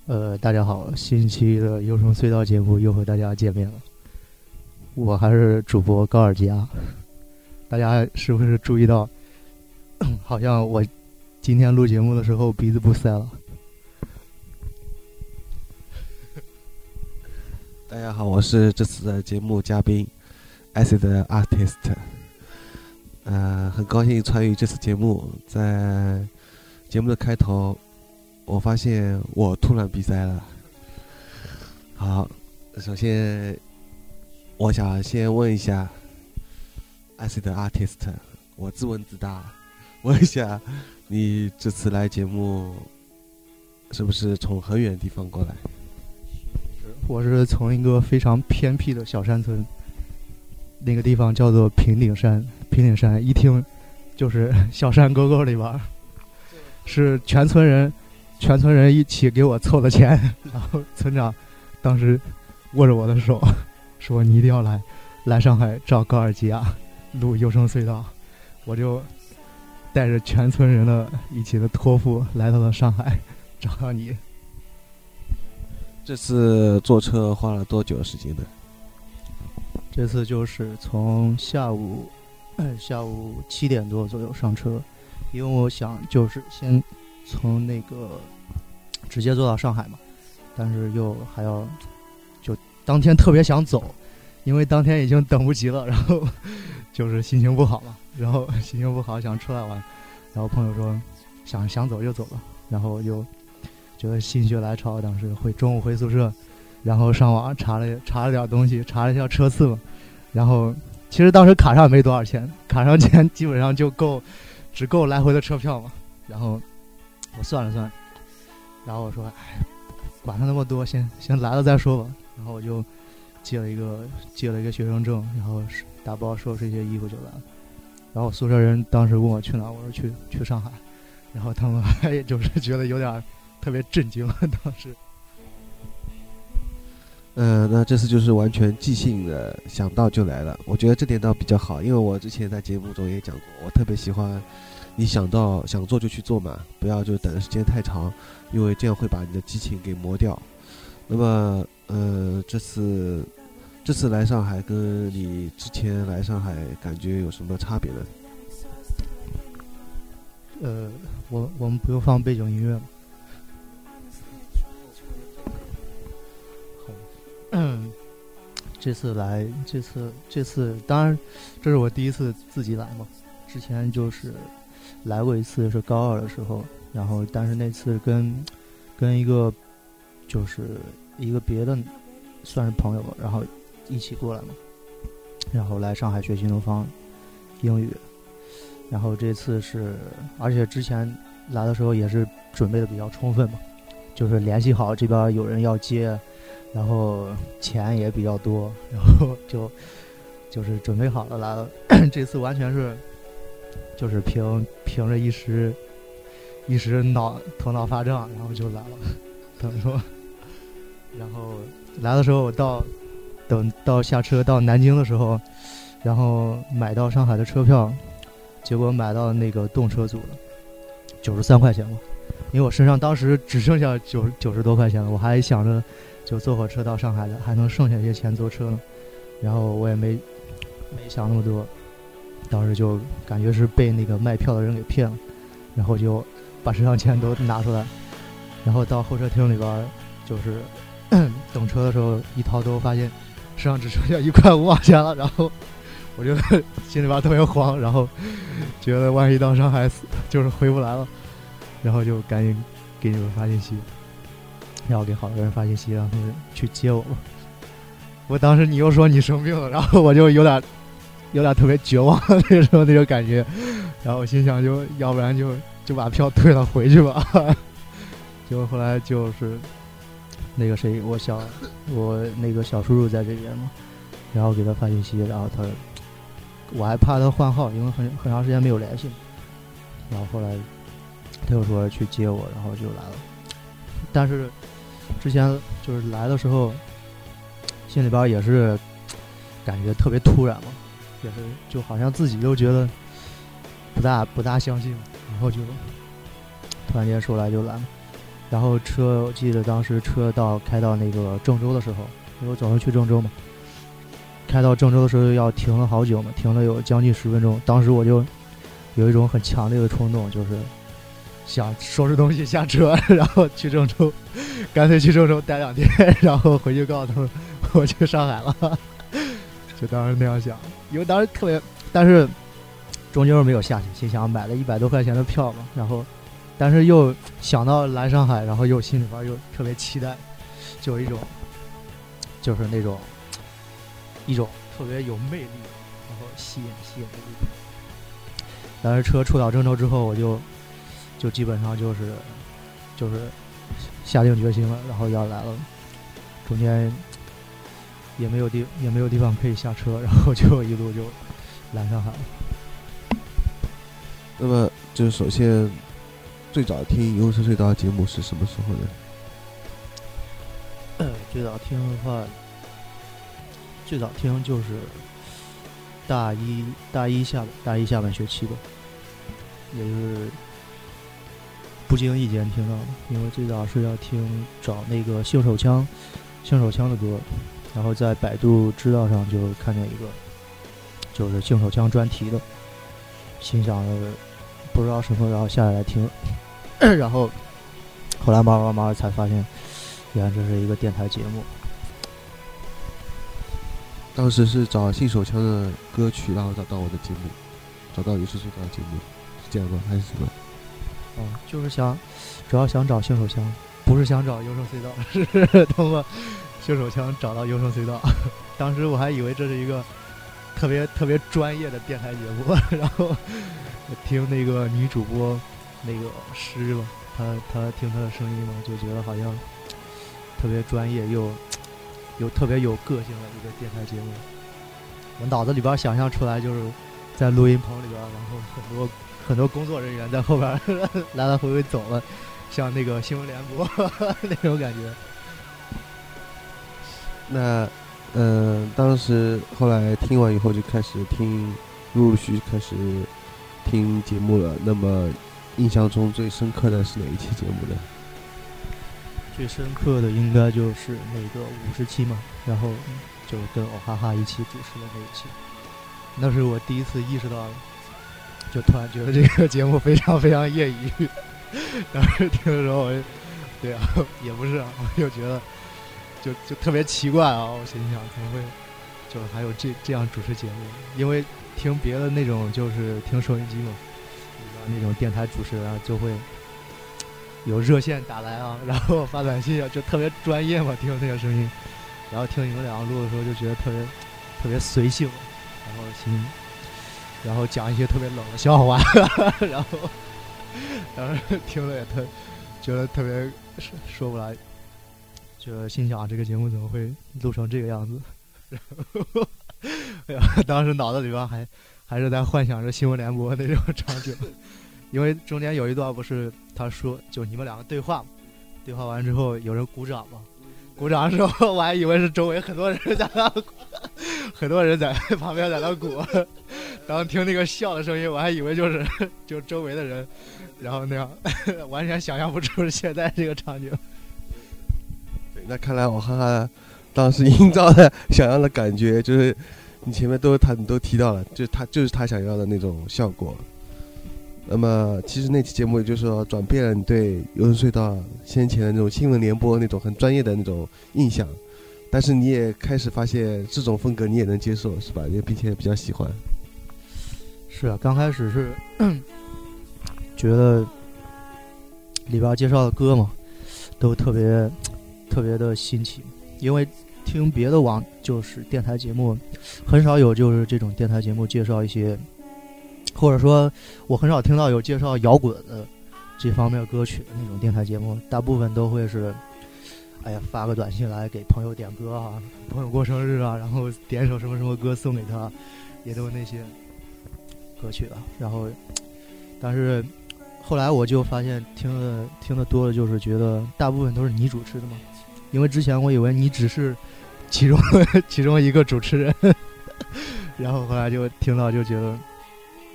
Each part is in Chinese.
大家好，新一期的有声隧道节目又和大家见面了。我还是主播高尔基亚，大家是不是注意到，好像我今天录节目的时候鼻子不塞了？ 大家好，我是这次的节目嘉宾 Acid Artist， 很高兴参与这次节目。在节目的开头，我发现我突然鼻塞了。好，首先我想先问一下 Acid Artist， 我自问自答，问一下你这次来节目是不是从很远的地方过来？ 我是从一个非常偏僻的小山村，那个地方叫做平顶山。平顶山一听就是小山沟沟里边，是全村人一起给我凑的钱，然后村长当时握着我的手说你一定要来上海找高尔基亚录有声隧道。我就带着全村人的一起的托付来到了上海找到你。 这次坐车花了多久的时间呢？ 这次就是从下午7点多左右上车，因为我想就是先从那个直接坐到上海嘛，但是又还要就当天特别想走，因为当天已经等不及了，然后就是心情不好嘛，然后心情不好想出来玩，然后朋友说想走就走了，然后又觉得心血来潮，当时中午回宿舍，然后上网查了点东西，查了一下车次嘛，然后其实当时卡上没多少钱，卡上钱基本上只够来回的车票嘛。然后我算了算，然后我说管他那么多，先来了再说吧。然后我就借了一个学生证，然后打包收拾一些衣服就来了。然后宿舍人当时问我去哪，我说去上海，然后他们还就是觉得有点特别震惊了当时。 那这次就是完全即兴的，想到就来了。我觉得这点倒比较好，因为我之前在节目中也讲过，我特别喜欢你想做就去做嘛，不要就等的时间太长，因为这样会把你的激情给磨掉。那么，这次来上海跟你之前来上海感觉有什么差别呢？ 我们不用放背景音乐吗？这次当然这是我第一次自己来嘛，之前就是来过一次是高二的时候，然后但是那次跟一个就是一个别的算是朋友吧，然后一起过来嘛，然后来上海学新东方英语，然后这次而且之前来的时候也是准备的比较充分嘛，就是联系好这边有人要接，然后钱也比较多，然后就是准备好了来了。这次完全是就是凭着一时头脑发胀，然后就来了。等于说，然后来的时候等到下车到南京的时候，然后买到上海的车票，结果买到那个动车组的93块钱嘛，因为我身上当时只剩下90多块钱了，我还想着就坐火车到上海了，还能剩下一些钱坐车呢，然后我也没想那么多，当时就感觉是被那个卖票的人给骗了，然后就把身上钱都拿出来，然后到候车厅里边就是等车的时候一掏兜，发现身上只剩下1块5毛钱了，然后我就心里边特别慌，然后觉得万一到上海就是回不来了，然后就赶紧给你们发信息，然后给好多人发信息让他们去接我。我当时你又说你生病了，然后我就有点特别绝望那个时候那种感觉，然后我心想就要不然就把票退了回去吧。结果后来就是那个谁，我那个小叔叔在这边嘛，然后给他发信息，然后我还怕他换号，因为很长时间没有联系，然后后来他又说去接我，然后就来了。但是之前就是来的时候心里边也是感觉特别突然嘛，也是就好像自己都觉得不大相信，然后就突然间说来就来了。 然后车我记得当时车开到那个郑州的时候，因为我早上去郑州嘛，开到郑州的时候要停了好久嘛，停了有将近10分钟。当时我就有一种很强烈的冲动，就是想收拾东西下车，然后去郑州，干脆去郑州待2天，然后回去告诉他们我去上海了。就当时那样想，因为当时特别，但是终究没有下去，心想买了100多块钱的票嘛，然后但是又想到来上海，然后又心里边又特别期待，就有一种就是那种一种特别有魅力，然后吸引的一种。但是车出到郑州之后，我就基本上就是下定决心了，然后要来了，中间也没有地方可以下车，然后就一路就来上海了。 那么就是首先最早听幽深隧道节目是什么时候呢？ 最早听的话，最早听就是大一下半学期吧，也是不经意间听到的，因为最早是要找那个性手枪的歌，然后在百度知道上就看见一个就是性手枪专题的，心想不知道什么，然后下来听，然后后来慢慢才发现，原来这是一个电台节目。 当时是找性手枪的歌曲，然后找到我的节目，找到幽深隧道的节目，是这样吗？还是什么？ 就是主要想找性手枪，不是想找幽深隧道，是通过性手枪找到幽深隧道。当时我还以为这是一个特别专业的电台节目，然后听那个女主播那个诗嘛，她听她的声音嘛，就觉得好像特别专业又特别有个性的一个电台节目。我脑子里边想象出来就是在录音棚里边，然后很多工作人员在后边来来回回走了，像那个新闻联播那种感觉。 那当时后来听完以后就开始陆续开始听节目了。那么印象中最深刻的是哪一期节目呢？ 最深刻的应该就是那个57嘛，然后就跟欧哈哈一起主持的那一期，那是我第一次意识到，就突然觉得这个节目非常非常业余。当时听的时候对啊，也不是啊，我就觉得就特别奇怪啊，我心想怎么会就还有这样主持节目？因为听别的那种就是听收音机嘛，那种电台主持人就会有热线打来啊，然后发短信啊，就特别专业嘛，听那个声音。然后听你们两个录的时候，就觉得特别随性，然后讲一些特别冷的笑话，然后当时听了也觉得特别说不来，就心想这个节目怎么会录成这个样子？然后当时脑子里边还是在幻想着新闻联播那种场景。因为中间有一段不是他说就你们两个对话完之后有人鼓掌嘛，鼓掌的时候我还以为是周围很多人在旁边在那鼓，当听那个笑的声音我还以为就周围的人，然后那样完全想象不出现在这个场景。 对，那看来我哈哈当时营造的想要的感觉，就是你前面你都提到了，就是他想要的那种效果。那么其实那期节目也就是说转变了你对幽深隧道先前的那种新闻联播那种很专业的那种印象，但是你也开始发现这种风格你也能接受，是吧？也并且比较喜欢。 是啊，刚开始是觉得里边介绍的歌嘛都特别的新奇，因为听别的就是电台节目很少有就是这种电台节目介绍一些，或者说我很少听到有介绍摇滚的这方面歌曲的那种电台节目，大部分都会是发个短信来给朋友点歌啊，朋友过生日啊，然后点首什么什么歌送给他，也都是那些歌曲啊。然后但是后来我就发现听得多了，就是觉得大部分都是你主持的嘛，因为之前我以为你只是其中一个主持人然后后来就听到就觉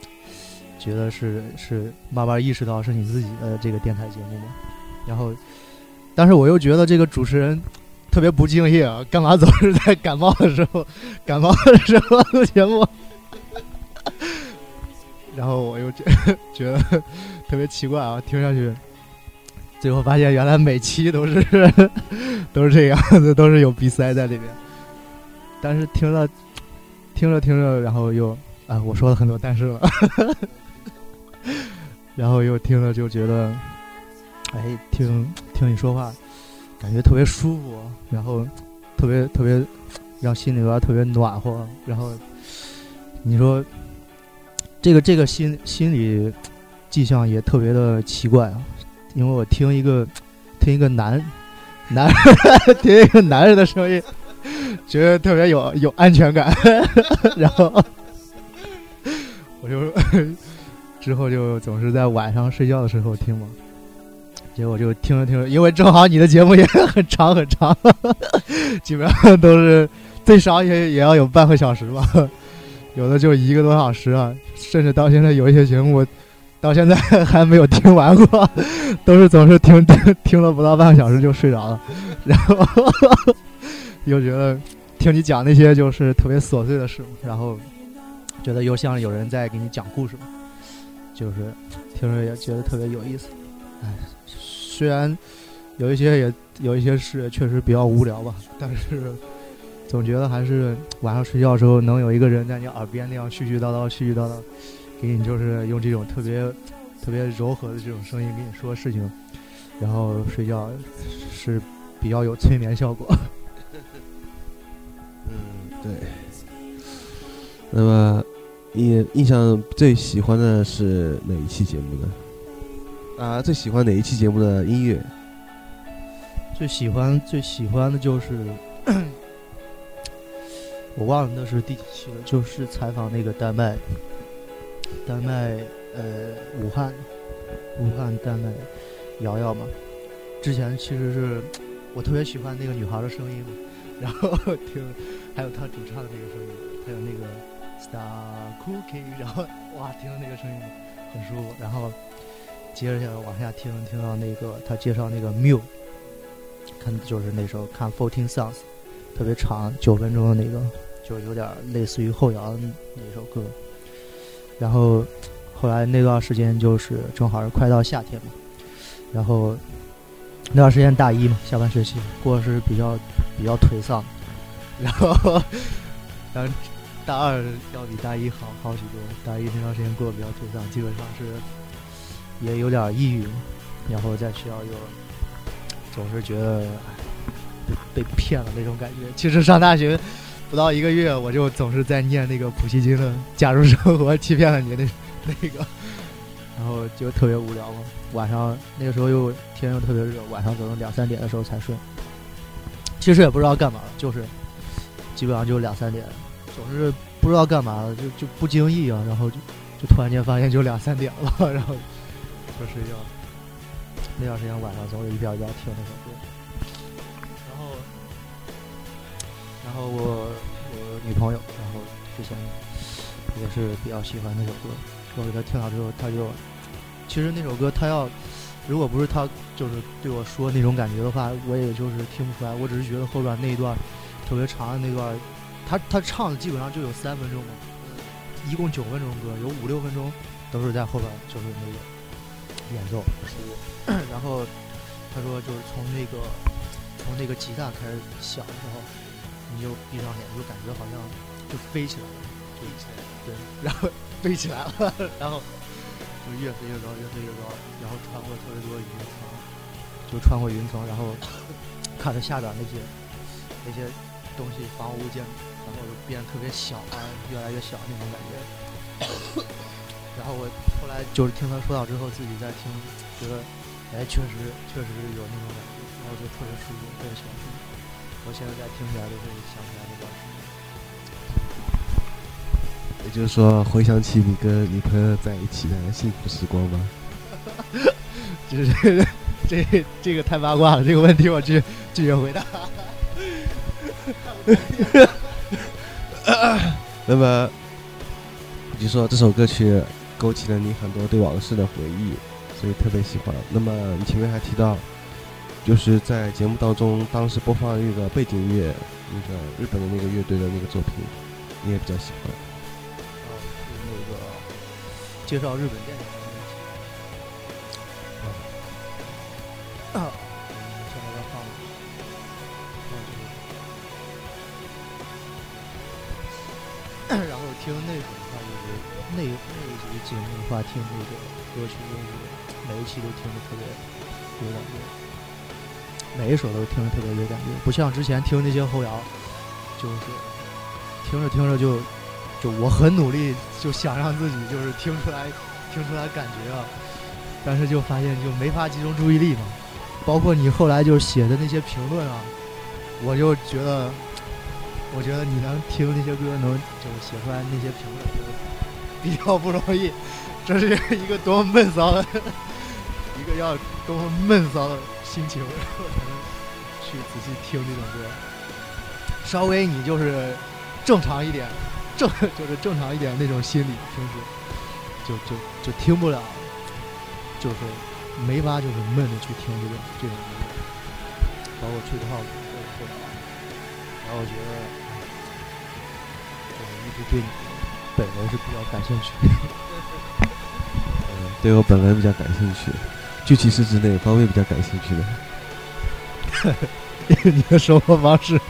得是慢慢意识到是你自己的这个电台节目嘛。然后但是我又觉得这个主持人特别不敬业啊，干嘛总是在感冒的时候录节目？然后我又觉得特别奇怪啊，听上去，最后发现原来每期都是这样子，都是有鼻塞在里面。但是听着，然后又我说了很多但是了，然后又听了就觉得，听你说话，感觉特别舒服，然后特别让心里边特别暖和。然后你说这个心理迹象也特别的奇怪啊，因为我听一个男人听一个男人的声音，觉得特别有安全感，然后我就之后就总是在晚上睡觉的时候听嘛，结果就听着，因为正好你的节目也很长，基本上都是最少也要有半个小时吧，有的就1个多小时啊，甚至到现在有一些节目我到现在还没有听完过，都是总是听了不到半个小时就睡着了，然后又觉得听你讲那些就是特别琐碎的事，然后觉得又像有人在给你讲故事，就是听着也觉得特别有意思。虽然有一些事确实比较无聊吧，但是总觉得还是晚上睡觉的时候能有一个人在你耳边那样絮絮叨叨，给你就是用这种特别柔和的这种声音跟你说事情，然后睡觉是比较有催眠效果。 对。那么你印象最喜欢的是哪一期节目呢？最喜欢哪一期节目的音乐？ 最喜欢的就是我忘了那是第几期了，就是采访那个丹麦武汉丹麦瑶瑶嘛。之前其实是我特别喜欢那个女孩的声音嘛，然后还有她主唱的那个声音，还有那个 Star Cookie， 然后哇，听到那个声音很舒服。然后接着往下听到那个他介绍那个 Mew， 看就是那时候看 14 Songs， 特别长9分钟的那个，就有点类似于后摇的那首歌。然后后来那段时间就是正好是快到夏天嘛，然后那段时间大一嘛，下半学期过是比较颓丧，然后当然大二要比大一好许多。大一那段时间过得比较颓丧，基本上是也有点抑郁，然后在学校又总是觉得被骗了那种感觉。其实上大学不到1个月，我就总是在念那个普希金的《假如生活欺骗了你》那个，然后就特别无聊嘛。晚上那个时候天又特别热，晚上总是2、3点的时候才睡。其实也不知道干嘛，就是基本上就2、3点，总是不知道干嘛，就不经意啊，然后就突然间发现就2、3点了，然后就睡觉。那段时间晚上总是一边听那首歌，然后我女朋友，然后之前也是比较喜欢那首歌，我给她听了之后，她就其实那首歌她如果不是她就是对我说那种感觉的话，我也就是听不出来。我只是觉得后边那一段特别长的那段，她唱的基本上就有3分钟嘛，一共9分钟歌，有5、6分钟都是在后边就是那个演奏。然后她说就是从那个吉他开始响的时候，你就闭上眼，就感觉好像就飞起来了，对，然后飞起来了，然后就越飞越高，然后穿过特别多云层，然后看着下边那些东西房屋建筑，然后就变得特别小啊，越来越小那种感觉。然后我后来就是听他说到之后，自己在听，觉得确实有那种感觉，然后就特别舒服，特别喜欢听。我现在在听起来都会想起来那段时间。也就是说，回想起你跟女朋友在一起的幸福时光吗？ 就是这个太八卦了，这个问题我拒绝回答。 那么，你说这首歌曲勾起了你很多对往事的回忆，所以特别喜欢。那么你前面还提到， 就是在节目当中，当时播放那个背景音乐，那个日本的那个乐队的那个作品，你也比较喜欢。 是那个介绍日本电影的那期。现在在放。然后听那种的话，就是那一集节目的话，听那个歌曲就是每一期都听得特别有感觉，每一首都听得特别有感觉，不像之前听那些后摇，就是听着听着就我很努力就想让自己就是听出来感觉啊，但是就发现就没法集中注意力嘛。包括你后来就是写的那些评论啊，我觉得你能听那些歌，能就是写出来那些评论，比较不容易。这是一个多么闷骚的，一个要多么闷骚的心情，然后才能去仔细听这种歌。稍微你就是正常一点，就是正常一点那种心理，平时就听不了，就是没法就是闷的去听这种音乐，包括吹泡都然后我觉得。一直对你本人是比较感兴趣。 对我本人比较感兴趣。具体是指哪方面比较感兴趣的？ 你的生活方式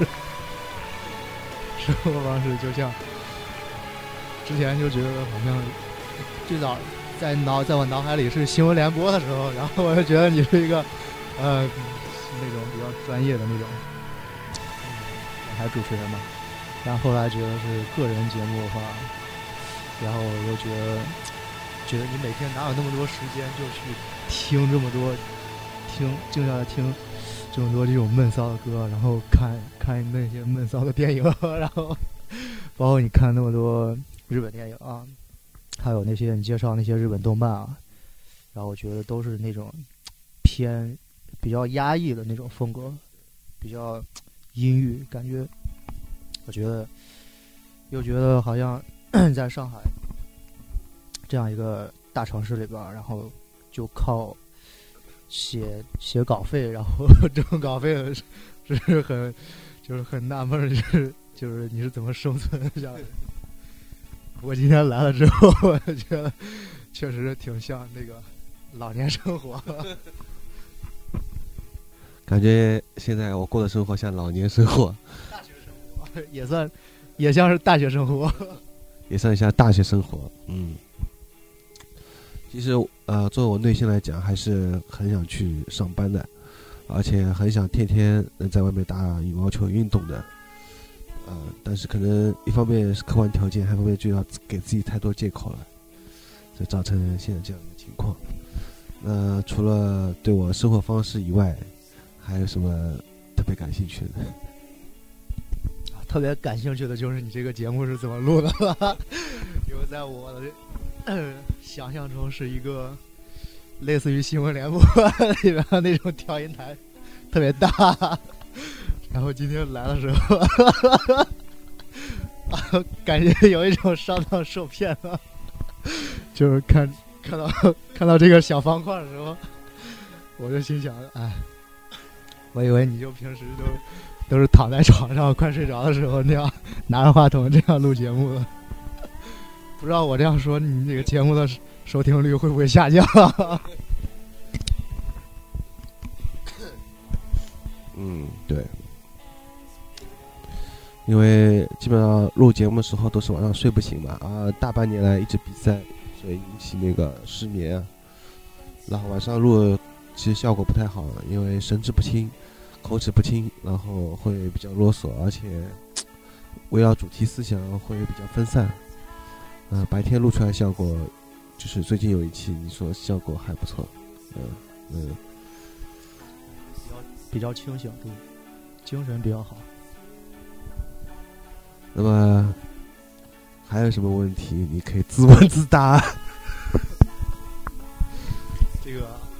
就像之前就觉得好像最早在我脑海里是新闻联播的时候，然后我就觉得你是一个那种比较专业的那种台主持人嘛。但后来觉得是个人节目的话，然后我又觉得你每天哪有那么多时间就去听这么多，静下来听这么多这种闷骚的歌，然后看那些闷骚的电影，然后包括你看那么多日本电影啊，还有那些你介绍那些日本动漫啊，然后我觉得都是那种偏比较压抑的那种风格，比较阴郁感觉。我觉得好像在上海这样一个大城市里边，然后就靠写稿费，然后挣稿费的是很纳闷，就是你是怎么生存下来的？我今天来了之后，我觉得确实挺像那个老年生活。 感觉现在我过的生活像老年生活。 也像是大学生活， 也算一下大学生活。其实作为我内心来讲，还是很想去上班的，而且很想天天能在外面打羽毛球运动的。但是可能一方面是客观条件，还一方面就要给自己太多借口了，所以造成现在这样的情况。除了对我生活方式以外，还有什么特别感兴趣的？ 特别感兴趣的就是你这个节目是怎么录的了，因为在我的想象中是一个类似于新闻联播里边那种调音台，特别大。然后今天来的时候，感觉有一种上当受骗了，就是看到这个小方块的时候，我就心想，哎，我以为你就平时都是躺在床上快睡着的时候那样拿着话筒这样录节目的，不知道我这样说你这个节目的收听率会不会下降？ 对，因为基本上录节目的时候都是晚上睡不醒嘛，大半年来一直比赛，所以引起那个失眠啊，然后晚上录其实效果不太好，因为神志不清。口齿不清，然后会比较啰嗦，而且围绕主题思想会比较分散。白天录出来效果，就是最近有一期你说效果还不错。 比较清醒，对，精神比较好。 那么还有什么问题？你可以自问自答。 这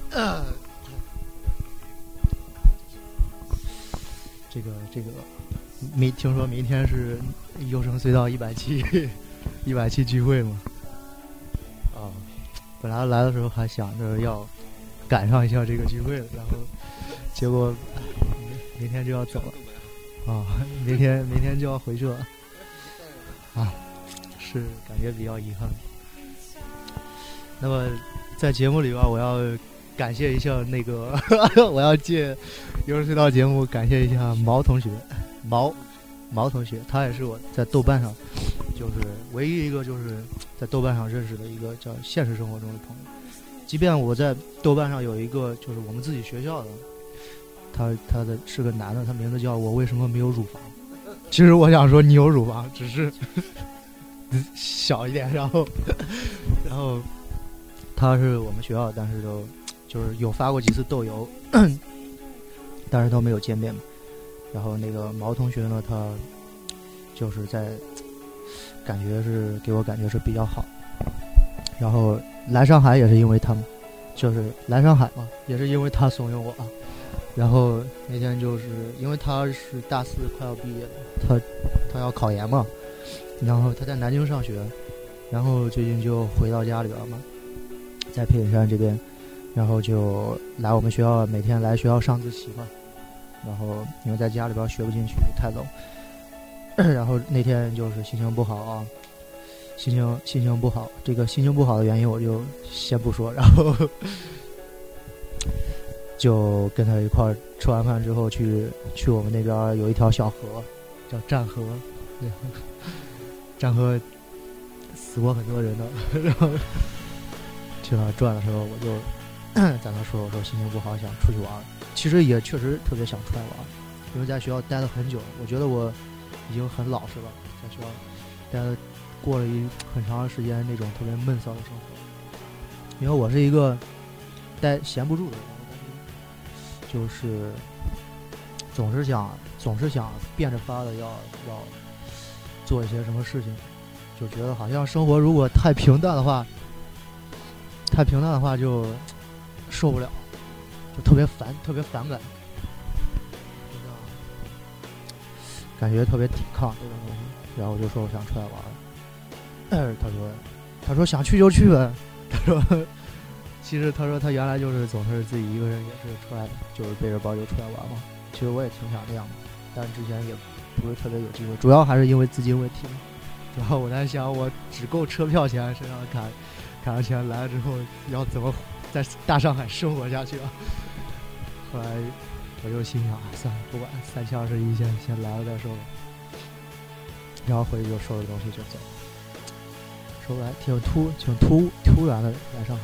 个听说明天是优声隧道100期聚会嘛？本来来的时候还想着要赶上一下这个聚会的，然后结果明天就要走了啊，明天就要回去了啊，是感觉比较遗憾。那么在节目里边，我要感谢一下那个我要借有这道节目感谢一下毛同学，毛同学，他也是我在豆瓣上就是唯一一个就是在豆瓣上认识的一个叫现实生活中的朋友。即便我在豆瓣上有一个就是我们自己学校的，他的是个男的，他名字叫我为什么没有乳房。其实我想说你有乳房，只是小一点，然后他是我们学校，但是就是有发过几次豆邮，但是都没有见面嘛。然后那个毛同学呢，他就是在感觉是给我感觉是比较好。然后来上海也是因为他们，就是来上海嘛，也是因为他怂恿我啊。然后那天就是因为他是大4快要毕业了，他要考研嘛，然后他在南京上学，然后最近就回到家里边嘛，在佩锦山这边，然后就来我们学校，每天来学校上自习嘛。然后因为在家里边学不进去，太冷，然后那天就是心情不好啊，心情不好。这个心情不好的原因我就先不说，然后就跟他一块儿吃完饭之后去我们那边有一条小河叫战河，战河死过很多人的，然后去那转的时候我就在那说，我说心情不好想出去玩，其实也确实特别想出来玩，因为在学校待了很久，我觉得我已经很老实了，在学校待了过了很长时间那种特别闷骚的生活，因为我是一个闲不住的人，就是总是想变着法的要做一些什么事情，就觉得好像生活如果太平淡的话就受不了，就特别反感，感觉特别抵抗这种东西。然后我就说我想出来玩，他说想去就去呗。其实他说他原来就是总是自己一个人也是出来，就是背着包就出来玩嘛。其实我也挺想这样的，但之前也不是特别有机会，主要还是因为资金问题。然后我在想，我只够车票钱，身上砍上钱来了之后，要怎么在大上海生活下去啊？后来我就心想，算了，不管3021先来了再说吧。然后回去就收拾东西就走，说来挺突然的来上海。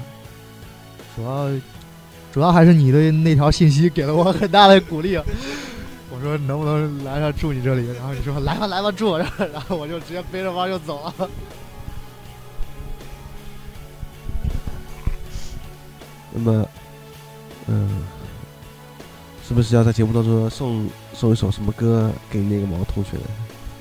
主要还是你的那条信息给了我很大的鼓励啊！我说能不能来上住你这里？然后你说来吧住，然后我就直接背着包就走了。 那么，是不是要在节目当中送一首什么歌给那个毛同学呢？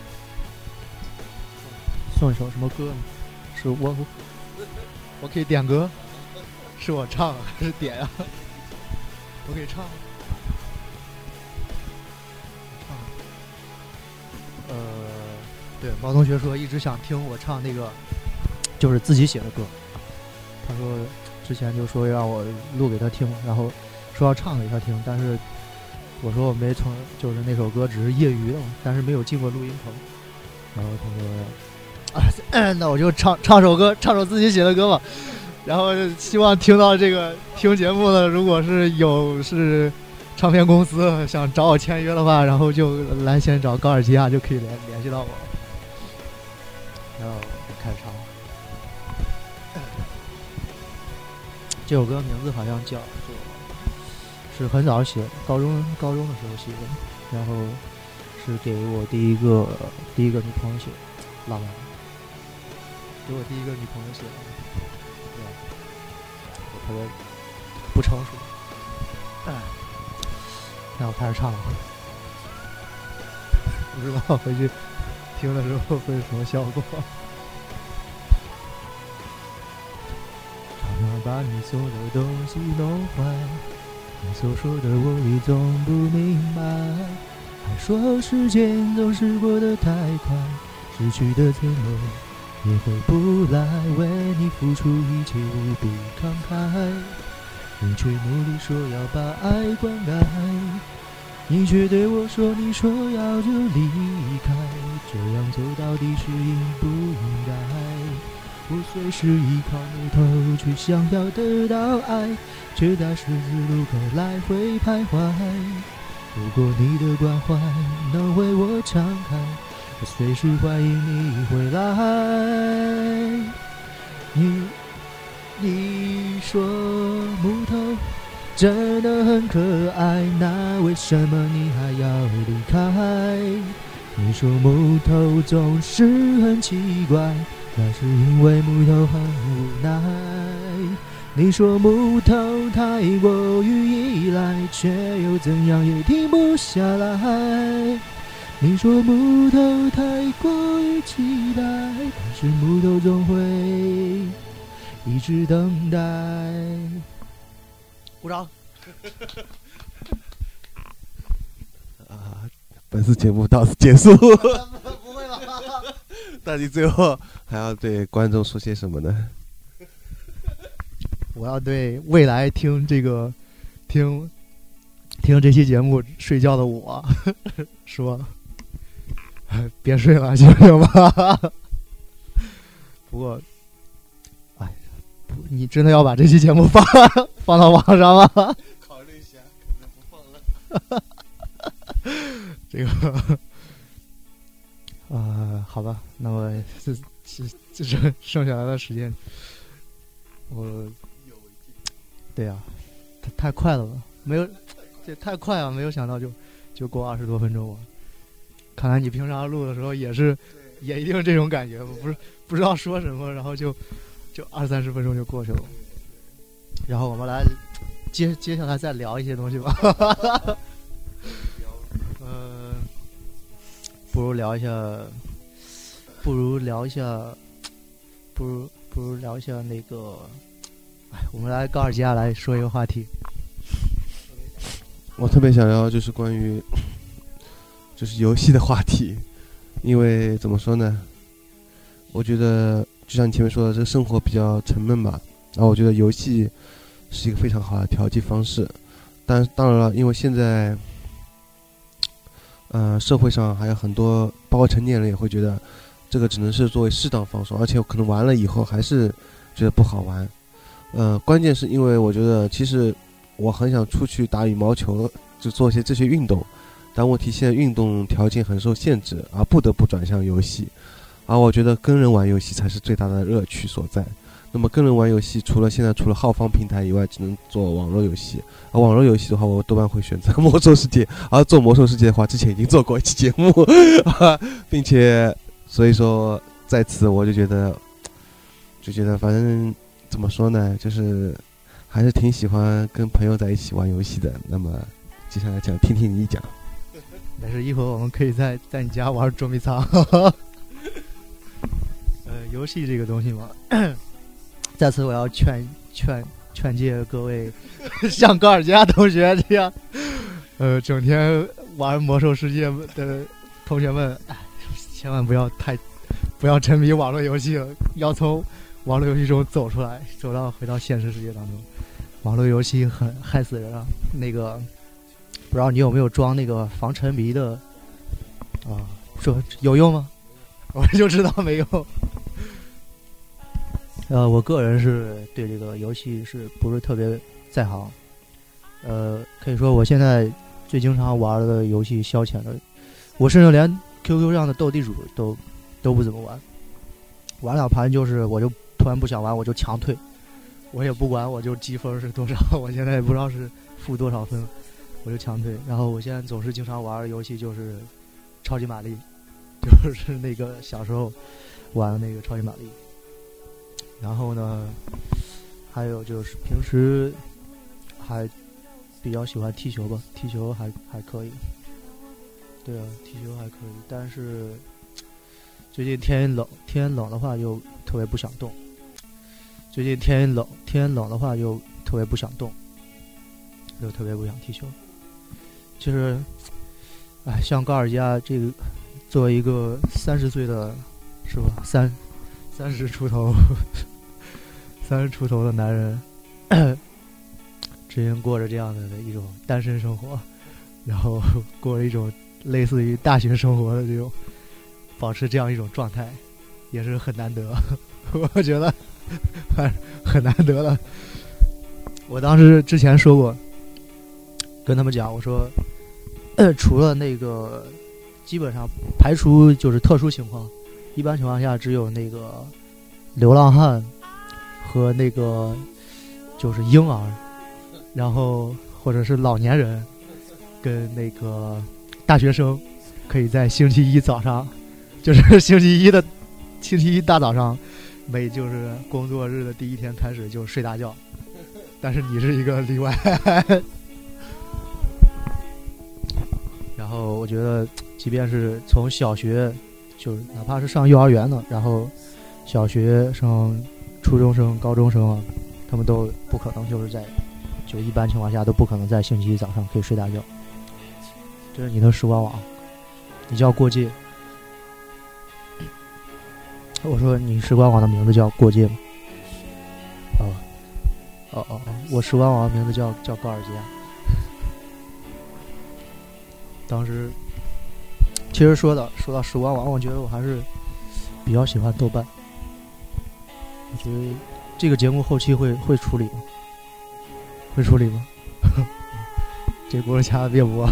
送一首什么歌呢？是我可以点歌。是我唱还是点呀？我可以唱。对，毛同学说一直想听我唱那个，就是自己写的歌。他说之前就说让我录给他听，然后说要唱给他听，但是我说我没从，就是那首歌只是业余的嘛，但是没有进过录音棚。然后他说，那我就唱首歌，唱首自己写的歌吧。然后希望听到这个听节目的，如果是唱片公司想找我签约的话，然后就来先找高尔基亚就可以联系到我。然后就开始唱。这首歌名字好像叫做，是很早写，高中的时候写的，然后是给我第一个女朋友写的，浪漫，给我第一个女朋友写的。特别不成熟，那我开始唱了，不知道回去听的时候会是什么效果。常常把你所有东西弄坏，你所说的我已总不明白，还说时间总是过得太快，失去的承诺也回不来，为你付出一切无比慷慨， 你却努力说要把爱灌溉，你却对我说你说要就离开，这样走到底是应不应该？我随时依靠木头去想要得到爱，却在十字路口来回徘徊。如果你的关怀能为我敞开，我随时欢迎你回来。你说木头真的很可爱，那为什么你还要离开？你说木头总是很奇怪，那是因为木头很无奈。你说木头太过于依赖，却又怎样也停不下来。你说木头太过于期待，但是木头总会一直等待。鼓掌。 本次节目到此结束。 不会吧？ 那你最后还要对观众说些什么呢？ 我要对未来听这期节目睡觉的我说，别睡了，行不行吧？不过，你真的要把这期节目放到网上吗？ 考虑一下，可能不放了。 这个好吧，那么这剩下来的时间，对呀，太快了吧？没有，这太快了，没有想到就过20多分钟了。看来你平常录的时候也一定这种感觉，不知道说什么，然后就20-30分钟就过去了。然后我们来接下来再聊一些东西吧。不如聊一下那个，我们来高尔基亚来说一个话题。 我特别想要就是关于游戏的话题，因为怎么说呢，我觉得就像你前面说的，这个生活比较沉闷吧，然后我觉得游戏是一个非常好的调剂方式。但当然了，因为现在社会上还有很多，包括成年人也会觉得这个只能是作为适当放松，而且可能玩了以后还是觉得不好玩。关键是因为我觉得其实我很想出去打羽毛球，就做一些这些运动，但问题现在运动条件很受限制，而不得不转向游戏。而我觉得跟人玩游戏才是最大的乐趣所在。那么跟人玩游戏除了浩方平台以外，只能做网络游戏。而网络游戏的话，我多半会选择魔兽世界。而做魔兽世界的话，之前已经做过一期节目，并且所以说在此我就觉得反正怎么说呢，就是还是挺喜欢跟朋友在一起玩游戏的。那么接下来听听你讲。 但是一会儿我们可以在你家玩捉迷藏。游戏这个东西嘛，在此我要劝诫各位像高尔基亚同学这样整天玩魔兽世界的同学们，千万不要沉迷网络游戏了，要从网络游戏中走出来，回到现实世界当中。网络游戏很害死人啊！那个不知道你有没有装那个防沉迷的说有用吗？我就知道没用。我个人是对这个游戏是不是特别在行？可以说我现在最经常玩的游戏消遣的，我甚至连 QQ 上的斗地主都不怎么玩，玩两盘我就突然不想玩，我就强退，我也不管我就积分是多少，我现在也不知道是负多少分，我就强退。然后我现在总是经常玩的游戏就是超级玛丽，就是那个小时候玩的那个超级玛丽。然后呢，还有就是平时还比较喜欢踢球吧，踢球还可以。对啊，踢球还可以，但是最近天冷的话就特别不想动。最近天冷的话就特别不想动，就特别不想踢球。其实，像高尔基亚这个作为一个30岁的，是吧？30出头的男人， 之前过着这样的一种单身生活，然后过了一种类似于大学生活的这种，保持这样一种状态，也是很难得，我觉得很难得了。我当时之前说过，跟他们讲，我说，除了那个，基本上排除就是特殊情况，一般情况下只有那个流浪汉和那个就是婴儿，然后或者是老年人，跟那个大学生，可以在星期一早上，就是星期一大早上，就是工作日的第一天开始就睡大觉，但是你是一个例外。然后我觉得，即便是从小学，就是哪怕是上幼儿园的，然后小学上初中生、高中生啊，他们都不可能就一般情况下都不可能在星期一早上可以睡大觉。这是你的时光网，你叫过界。我说你时光网的名字叫过界吗？我时光网的名字叫高尔基亚。当时其实说到时光网，我觉得我还是比较喜欢豆瓣。我觉得这个节目后期会处理吗？会处理吗？这不是掐的别播。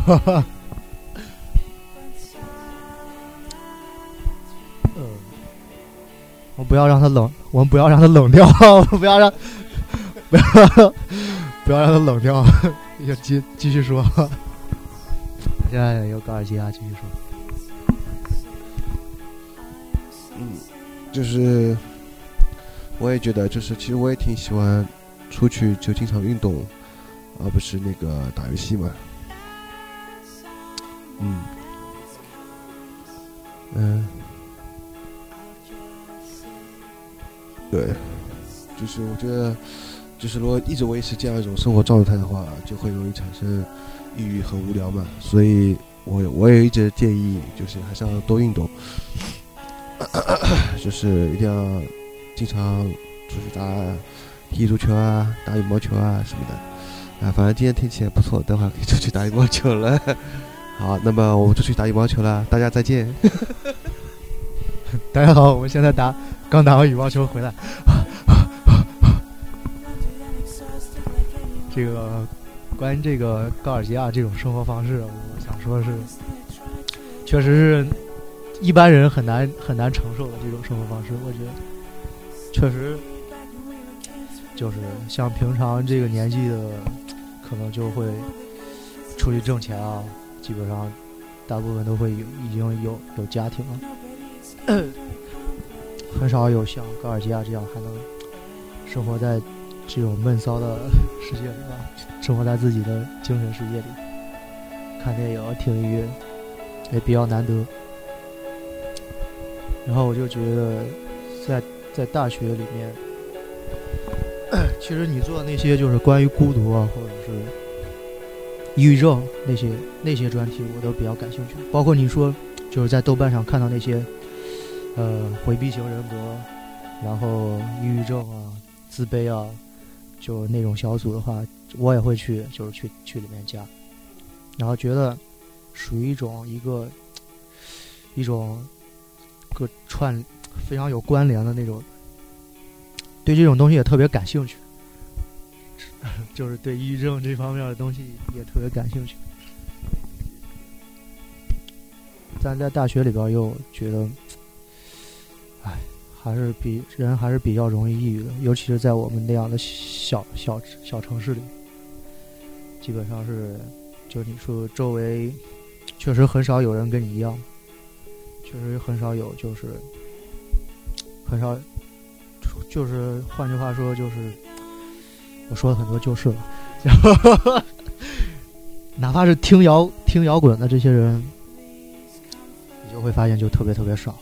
我们不要让它冷掉，不要让它冷掉，要继续说。现在由高尔基亚继续说。 就是我也觉得，就是其实我也挺喜欢出去就经常运动，而不是那个打游戏嘛。对，就是我觉得，就是如果一直维持这样一种生活状态的话，就会容易产生抑郁和无聊嘛。所以我也一直建议，就是还是要多运动，就是一定要经常出去踢足球啊，打羽毛球啊什么的。反正今天天气也不错，等会儿可以出去打羽毛球了。好，那么我们出去打羽毛球了，大家再见。 大家好，我们现在刚打完羽毛球回来。这个关于这个高尔基亚这种生活方式，我想说是，确实是一般人很难承受的这种生活方式。我觉得确实就是像平常这个年纪的，可能就会出去挣钱啊，基本上大部分都会已经有家庭了。很少有像高尔基亚这样还能生活在这种闷骚的世界里吧，生活在自己的精神世界里，看电影、听音乐也比较难得。然后我就觉得在大学里面，其实你做的那些就是关于孤独啊，或者是抑郁症那些专题，我都比较感兴趣。包括你说就是在豆瓣上看到那些回避型人格，然后抑郁症啊、自卑啊，就那种小组的话，我也会去里面加，然后觉得属于一种非常有关联的那种，对这种东西也特别感兴趣，就是对抑郁症这方面的东西也特别感兴趣。但在大学里边又觉得，还是比较容易抑郁的，尤其是在我们那样的小城市里，基本上是，就你说周围确实很少有人跟你一样，确实很少有，就是换句话说，就是我说了很多就是了，然后哪怕是听摇滚的这些人，你就会发现就特别特别少。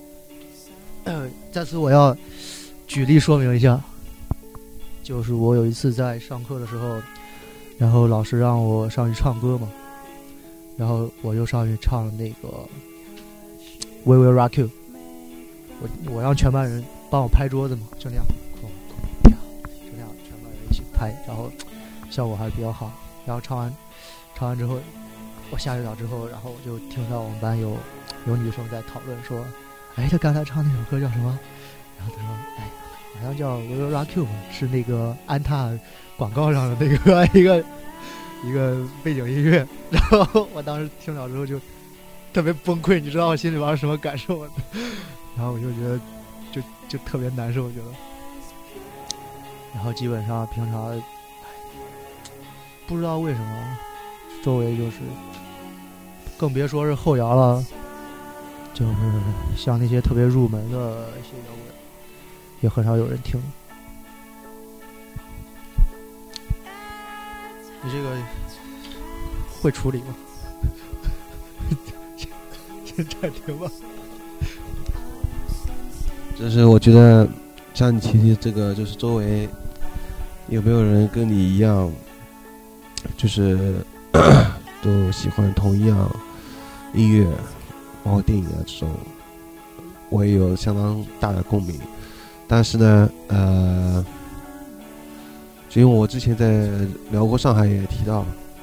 在此我要举例说明一下，就是我有一次在上课的时候，然后老师让我上去唱歌嘛，然后我就上去唱那个 We Will Rock You， 我让全班人帮我拍桌子嘛，就那样，就那样全班人一起拍，然后效果还是比较好。然后唱完之后，我下水澡之后，然后我就听到我们班有女生在讨论说，哎，他刚才唱那首歌叫什么？然后他说，哎，好像叫《Will Rock You》，是那个安踏广告上的那个一个背景音乐。然后我当时听了之后就特别崩溃，你知道我心里边是什么感受吗？然后我就觉得就特别难受，我觉得。然后基本上平常不知道为什么周围就是更别说是后摇了，就是像那些特别入门的一些摇滚也很少有人听。你这个会处理吗？先暂停吧。 就是我觉得像你提这个，就是周围有没有人跟你一样，就是都喜欢同一样音乐，包括电影啊这种，我也有相当大的共鸣。但是呢，就因为我之前在聊过上海也提到，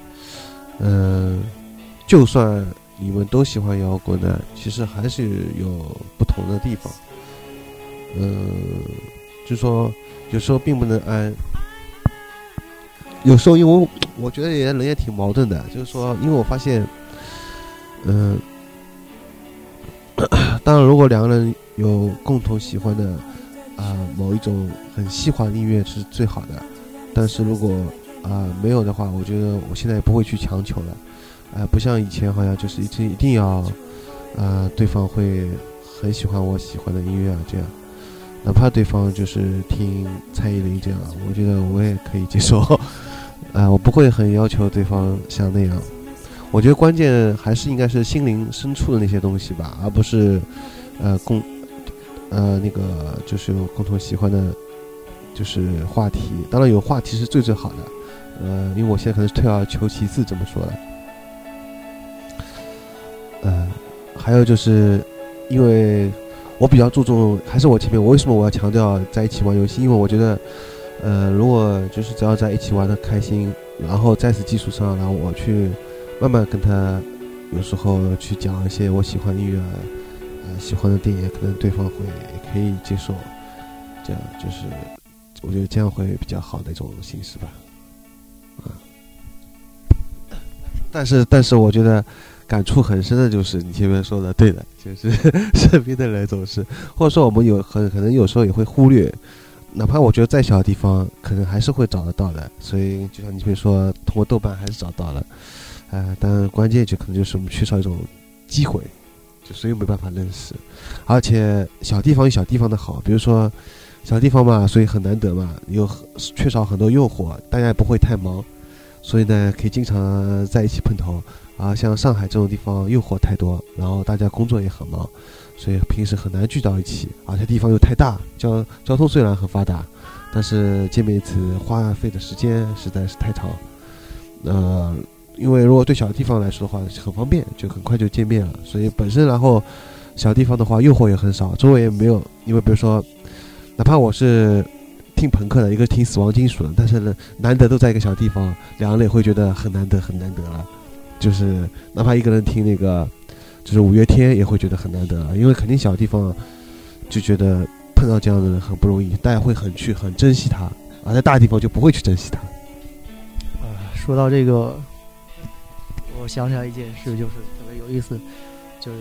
就算你们都喜欢摇滚呢，其实还是有不同的地方。就说有时候并不能按，有时候因为我觉得人也挺矛盾的，就是说，因为我发现，当然如果两个人有共同喜欢的某一种很细化的音乐是最好的，但是如果没有的话，我觉得我现在也不会去强求了，不像以前好像就是一定要对方会很喜欢我喜欢的音乐啊这样。哪怕对方就是听蔡依林这样，我觉得我也可以接受，我不会很要求对方像那样。我觉得关键还是应该是心灵深处的那些东西吧，而不是那个就是有共同喜欢的，就是话题。当然有话题是最好的，因为我现在可能是退而求其次这么说的。还有就是因为我比较注重，还是我前面为什么我要强调在一起玩游戏？因为我觉得，如果就是只要在一起玩的开心，然后在此基础上，然后我去慢慢跟他，有时候去讲一些我喜欢的音乐，喜欢的电影，可能对方也可以接受。这样就是，我觉得这样会比较好的一种形式吧。但是我觉得感触很深的就是你前面说的对的，就是身边的人总是，或者说我们可能有时候也会忽略，哪怕我觉得再小的地方可能还是会找得到的。所以就像你前面说通过豆瓣还是找到了，但关键就可能就是我们缺少一种机会，就所以没办法认识。而且小地方有小地方的好，比如说小地方嘛，所以很难得嘛，缺少很多诱惑，大家也不会太忙，所以呢可以经常在一起碰头。像上海这种地方诱惑太多，然后大家工作也很忙，所以平时很难聚到一起，而且地方又太大，交通虽然很发达，但是见面一次花费的时间实在是太长。因为如果对小地方来说的话很方便，就很快就见面了，所以本身然后小地方的话诱惑也很少，周围也没有，因为比如说哪怕我是听朋克的，一个听死亡金属的，但是呢难得都在一个小地方，两个人也会觉得很难得了。就是哪怕一个人听那个就是五月天也会觉得很难得，因为肯定小地方就觉得碰到这样的人很不容易，大家会很珍惜他，而在大地方就不会去珍惜他。 说到这个我想起来一件事，就是特别有意思，就是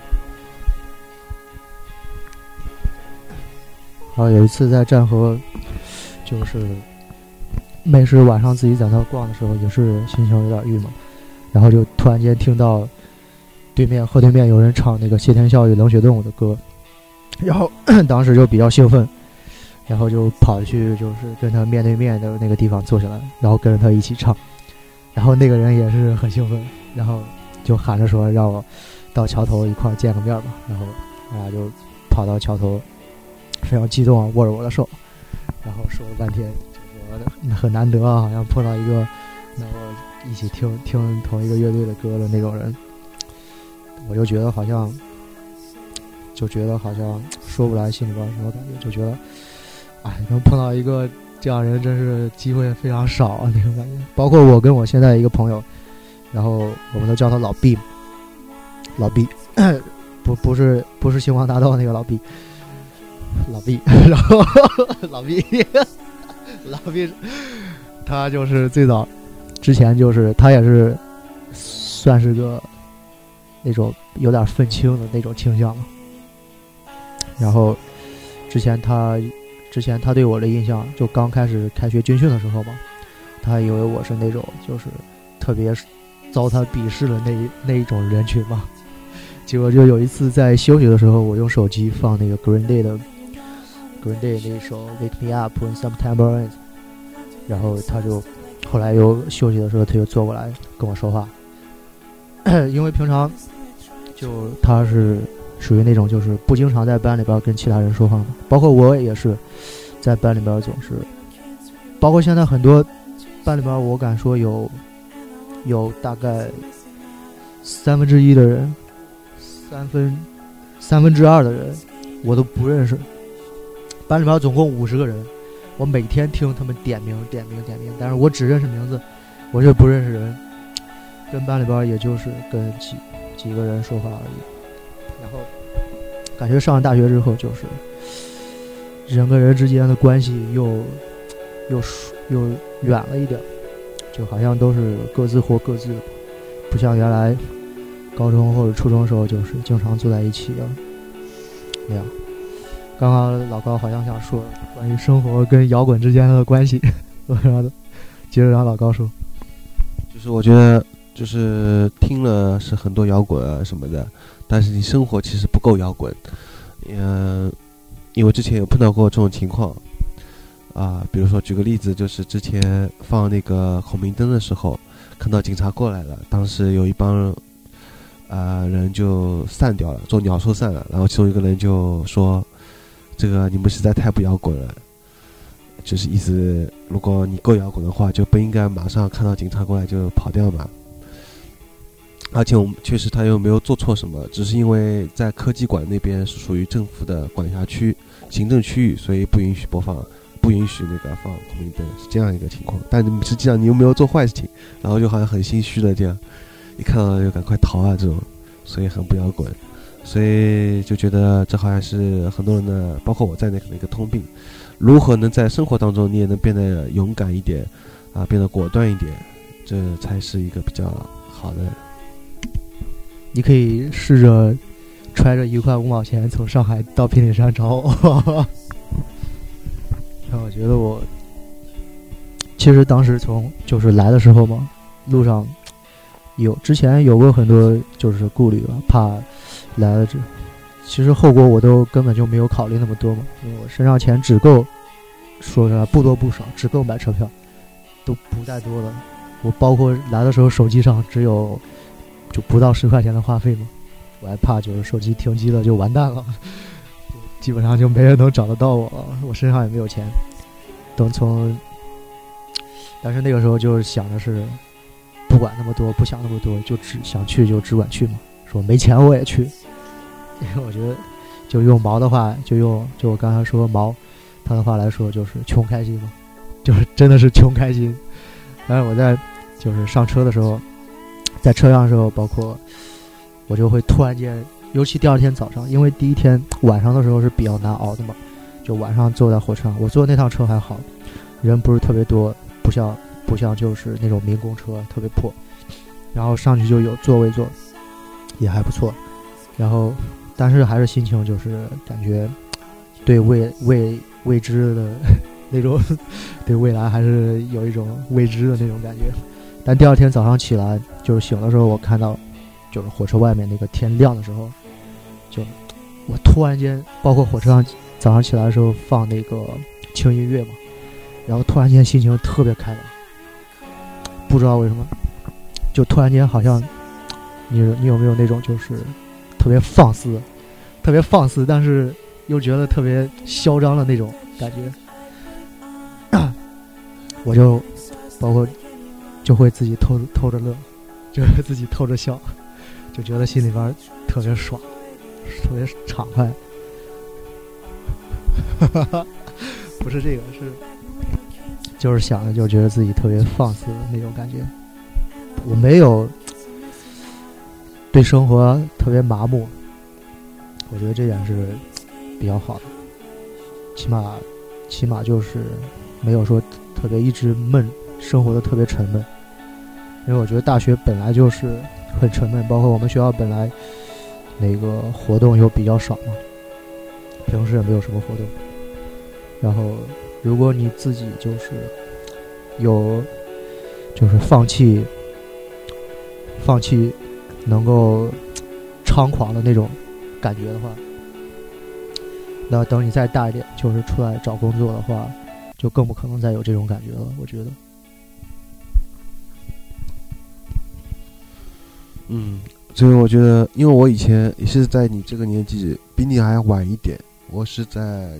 有一次在站河，就是没事晚上自己在那逛的时候，也是心情有点郁闷，然后就突然间听到河对面有人唱那个谢天笑与冷血动物的歌，然后当时就比较兴奋，然后就跑去就是跟他面对面的那个地方坐下来，然后跟着他一起唱，然后那个人也是很兴奋，然后就喊着说让我到桥头一块见个面吧，然后大家就跑到桥头，非常激动啊，握着我的手，然后说了半天，就说很难得啊，好像碰到一个能够一起听同一个乐队的歌的那种人。我就觉得好像说不来心里边什么感觉，就觉得能碰到一个这样人真是机会非常少啊，那种感觉。包括我跟我现在一个朋友，然后我们都叫他老毕，老毕，不是星光大道那个老毕，老毕，然后老毕，他就是最早之前就是他也是算是个那种有点愤青的那种倾向嘛。然后之前他对我的印象，就刚开始开学军训的时候嘛，他还以为我是那种就是特别遭他鄙视的那一种人群嘛。结果就有一次在休息的时候，我用手机放那个 Green Day 那一首 Wake Me Up When September Ends， 然后他就后来又休息的时候，他就坐过来跟我说话。因为平常就他是属于那种就是不经常在班里边跟其他人说话嘛，包括我也是在班里边总是，包括现在很多班里边，我敢说有大概1/3的人，2/3的人我都不认识。班里边总共50个人，我每天听他们点名，但是我只认识名字，我就不认识人。跟班里边也就是跟几个人说话而已。然后感觉上了大学之后，就是人跟人之间的关系又远了一点，就好像都是各自活各自的，不像原来高中或者初中的时候就是经常坐在一起啊那样。刚刚老高好像想说关于生活跟摇滚之间的关系，我让接着让老高说。 就是我觉得就是听了是很多摇滚啊什么的，但是你生活其实不够摇滚。因为之前有碰到过这种情况啊，比如说举个例子，就是之前放那个孔明灯的时候，看到警察过来了，当时有一帮人就散掉了，做鸟兽散了，然后其中一个人就说，这个你们实在太不摇滚了，就是意思如果你够摇滚的话，就不应该马上看到警察过来就跑掉嘛。而且我们确实他又没有做错什么，只是因为在科技馆那边是属于政府的管辖区、行政区域，所以不允许那个放孔明灯，是这样一个情况。但实际上你又没有做坏事情，然后就好像很心虚的这样，一看到就赶快逃啊这种，所以很不摇滚。所以就觉得这好像是很多人的，包括我在内可能一个通病。如何能在生活当中你也能变得勇敢一点啊，变得果断一点，这才是一个比较好的。 你可以试着揣着1块5毛钱从上海到平顶山找我。我觉得我其实当时就是来的时候嘛，路上之前有过很多就是顾虑吧，怕来了其实后果我都根本就没有考虑那么多嘛，因为我身上钱只够，说实话不多不少，只够买车票，都不带多了。我包括来的时候手机上只有就不到10块钱的话费嘛，我还怕就是手机停机了就完蛋了，基本上就没人能找得到我了，我身上也没有钱。但是那个时候就是想的是不管那么多，不想那么多，就只想去就只管去嘛，说没钱我也去。因为我觉得就用毛的话，就我刚才说毛他的话来说，就是穷开心嘛，就是真的是穷开心。但是我在就是上车的时候，在车上的时候，包括我就会突然间，尤其第二天早上，因为第一天晚上的时候是比较难熬的嘛，就晚上坐在火车上，我坐那趟车还好，人不是特别多，不像就是那种民工车特别破，然后上去就有座位坐，也还不错。然后但是还是心情就是感觉对未知的那种，对未来还是有一种未知的那种感觉。但第二天早上起来，就是醒的时候，我看到就是火车外面那个天亮的时候，就我突然间，包括火车上早上起来的时候放那个轻音乐嘛，然后突然间心情特别开朗，不知道为什么，就突然间好像你有没有那种就是特别放肆，但是又觉得特别嚣张的那种感觉。我就包括就会自己偷着乐，就是自己偷着笑，就觉得心里边特别爽，特别畅快。不是这个， 就是想着就觉得自己特别放肆的那种感觉，我没有对生活特别麻木，我觉得这点是比较好的，起码就是没有说特别一直生活的特别沉闷，因为我觉得大学本来就是很沉闷，包括我们学校本来那个活动又比较少嘛，平时也没有什么活动，然后如果你自己就是放弃能够猖狂的那种感觉的话，那等你再大一点，就是出来找工作的话，就更不可能再有这种感觉了，我觉得。 所以我觉得，因为我以前也是在你这个年纪，比你还晚一点，我是在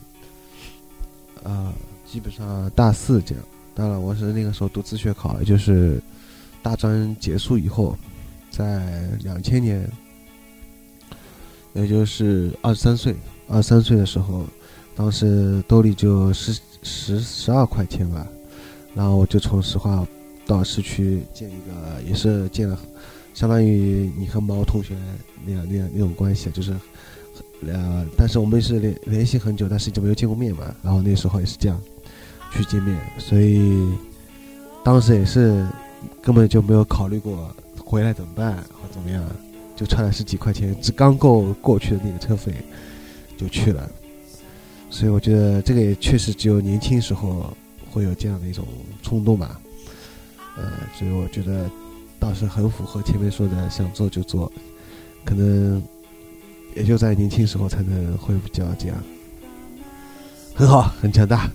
基本上大4这样。当然，我是那个时候读自学考，也就是大专结束以后，在2000年，也就是23岁的时候，当时兜里就12块钱吧，然后我就从石化到市区建一个，也是建了，相当于你和毛同学那种关系，就是但是我们是联系很久，但是就没有见过面嘛，然后那时候也是这样去见面，所以当时也是根本就没有考虑过回来怎么办或怎么样，就差了10几块钱，只刚够过去的那个车费就去了。所以我觉得这个也确实只有年轻时候会有这样的一种冲动吧。所以我觉得倒是很符合前面说的想做就做，可能也就在年轻时候才能会比较这样。很好，很强大。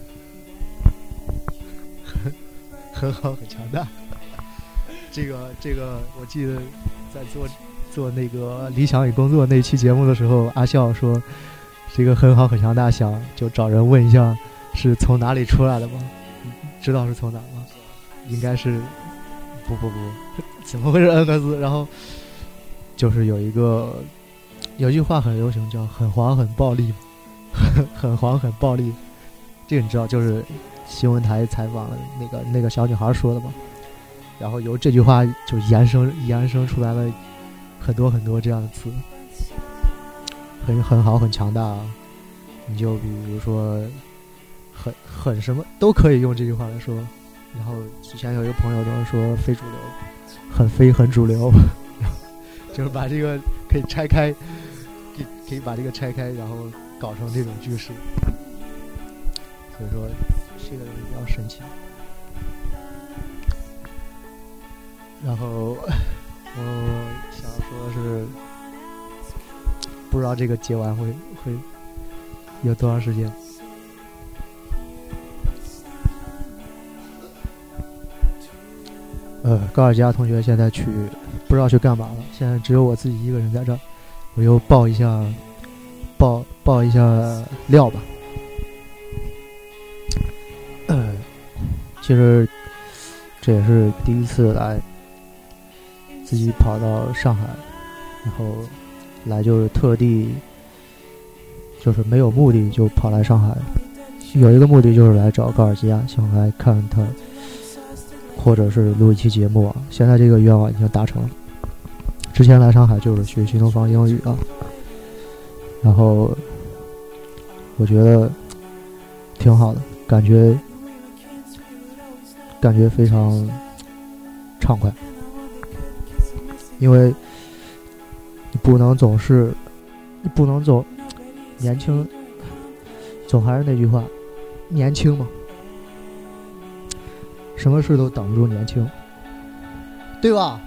很好，很强大。这个，我记得在做那个理想与工作那期节目的时候，阿笑说这个很好很强大，想就找人问一下是从哪里出来的吗？知道是从哪吗？应该是不，怎么会是恩格斯？然后就是有句话很流行，叫很黄很暴力，很黄很暴力。这个你知道，就是新闻台采访了那个小女孩说的嘛，然后由这句话就延伸出来了很多很多这样的词，很好很强大。你就比如说很什么都可以用这句话来说。然后之前有一个朋友跟我说非主流，很非很主流，就是把这个可以拆开，可以把这个拆开，然后搞成这种句式。所以说这个人比较神奇。然后我想说的是，不知道这个结完会有多长时间。高尔基亚同学现在不知道去干嘛了，现在只有我自己一个人在这儿，我又爆一下料吧。其实这也是第一次来，自己跑到上海，然后来就是特地，就是没有目的就跑来上海，有一个目的就是来找高尔基亚，想来看他，或者是录一期节目啊。现在这个愿望已经达成了。之前来上海就是学新东方英语啊，然后我觉得挺好的，感觉非常畅快，因为你不能总年轻，总还是那句话，年轻嘛，什么事都挡不住年轻，对吧？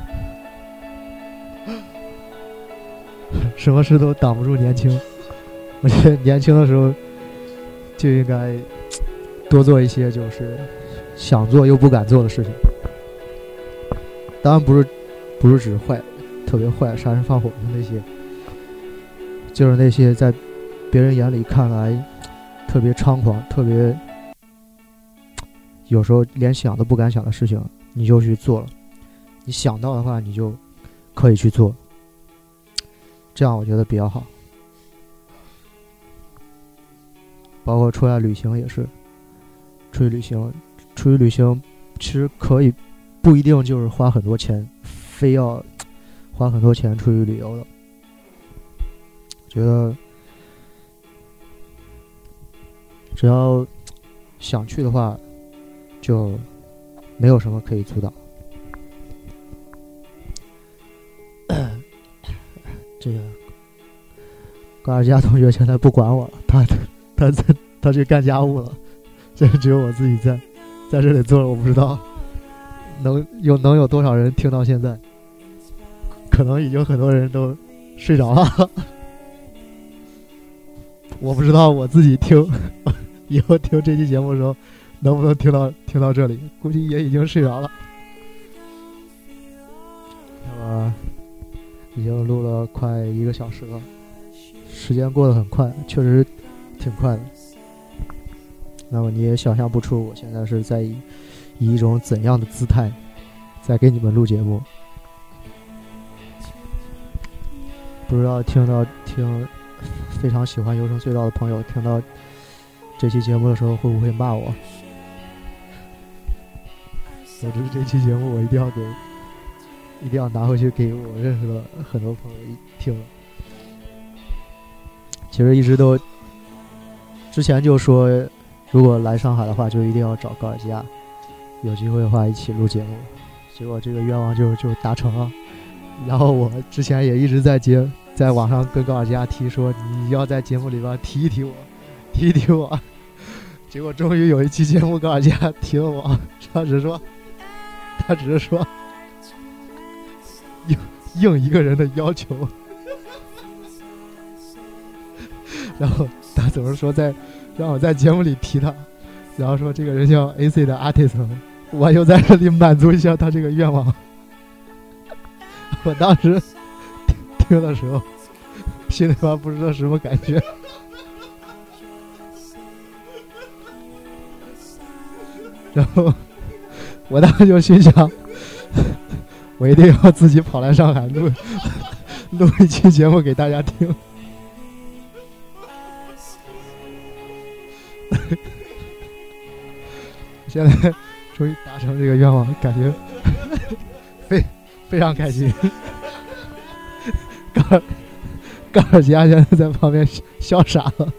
什么事都挡不住年轻。我觉得年轻的时候就应该多做一些就是想做又不敢做的事情。当然不是指特别坏杀人放火的那些，就是那些在别人眼里看来特别猖狂，特别有时候连想都不敢想的事情，你就去做了。你想到的话，你就可以去做，这样我觉得比较好。包括出来旅行也是， 出去旅行，其实可以不一定就是花很多钱，非要花很多钱出去旅游的。觉得只要想去的话，就没有什么可以阻挡。这个高尔基亚同学现在不管我了，他去干家务了，这只有我自己在这里做了。我不知道能有多少人听到现在，可能已经很多人都睡着了。我不知道我自己听以后听这期节目的时候能不能听到这里，估计也已经睡着了。那么已经录了快1个小时了，时间过得很快，确实挺快的。那么你也想象不出我现在是在以一种怎样的姿态在给你们录节目。不知道听非常喜欢游声隧道的朋友听到这期节目的时候会不会骂我。总之这期节目我一定要拿回去给我认识的很多朋友听了。其实一直都之前就说，如果来上海的话就一定要找高尔基亚，有机会的话一起录节目。结果这个愿望就达成了。然后我之前也一直在网上跟高尔基亚提说，你要在节目里边提一提我。结果终于有一期节目高尔基亚提了我，他只是说应一个人的要求。然后他总是说让我在节目里提他，然后说这个人叫 AC 的 artist， 我就在这里满足一下他这个愿望。我当时听的时候心里边不知道什么感觉。然后我当时就心想，我一定要自己跑来上海录一期节目给大家听。现在终于达成这个愿望，感觉非常开心。高尔基亚现在在旁边笑傻了。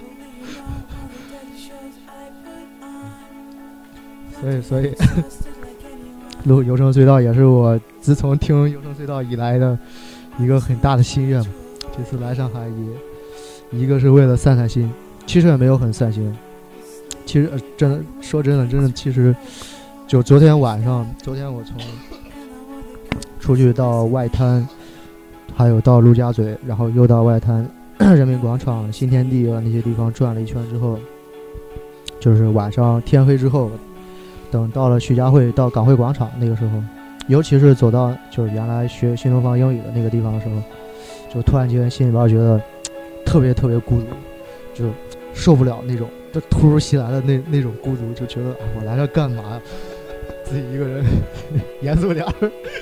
所以录游声隧道也是我自从听游声隧道以来的一个很大的心愿。这次来上海也一个是为了散散心，其实也没有很散心。其实真的其实就昨天我从出去到外滩，还有到陆家嘴，然后又到外滩人民广场、新天地那些地方转了一圈之后，就是晚上天黑之后，等到了徐家汇到港汇广场那个时候，尤其是走到就是原来学新东方英语的那个地方的时候，就突然间心里边觉得特别孤独，就受不了那种这突如其来的那种孤独，就觉得我来这干嘛呀？自己一个人严肃点儿，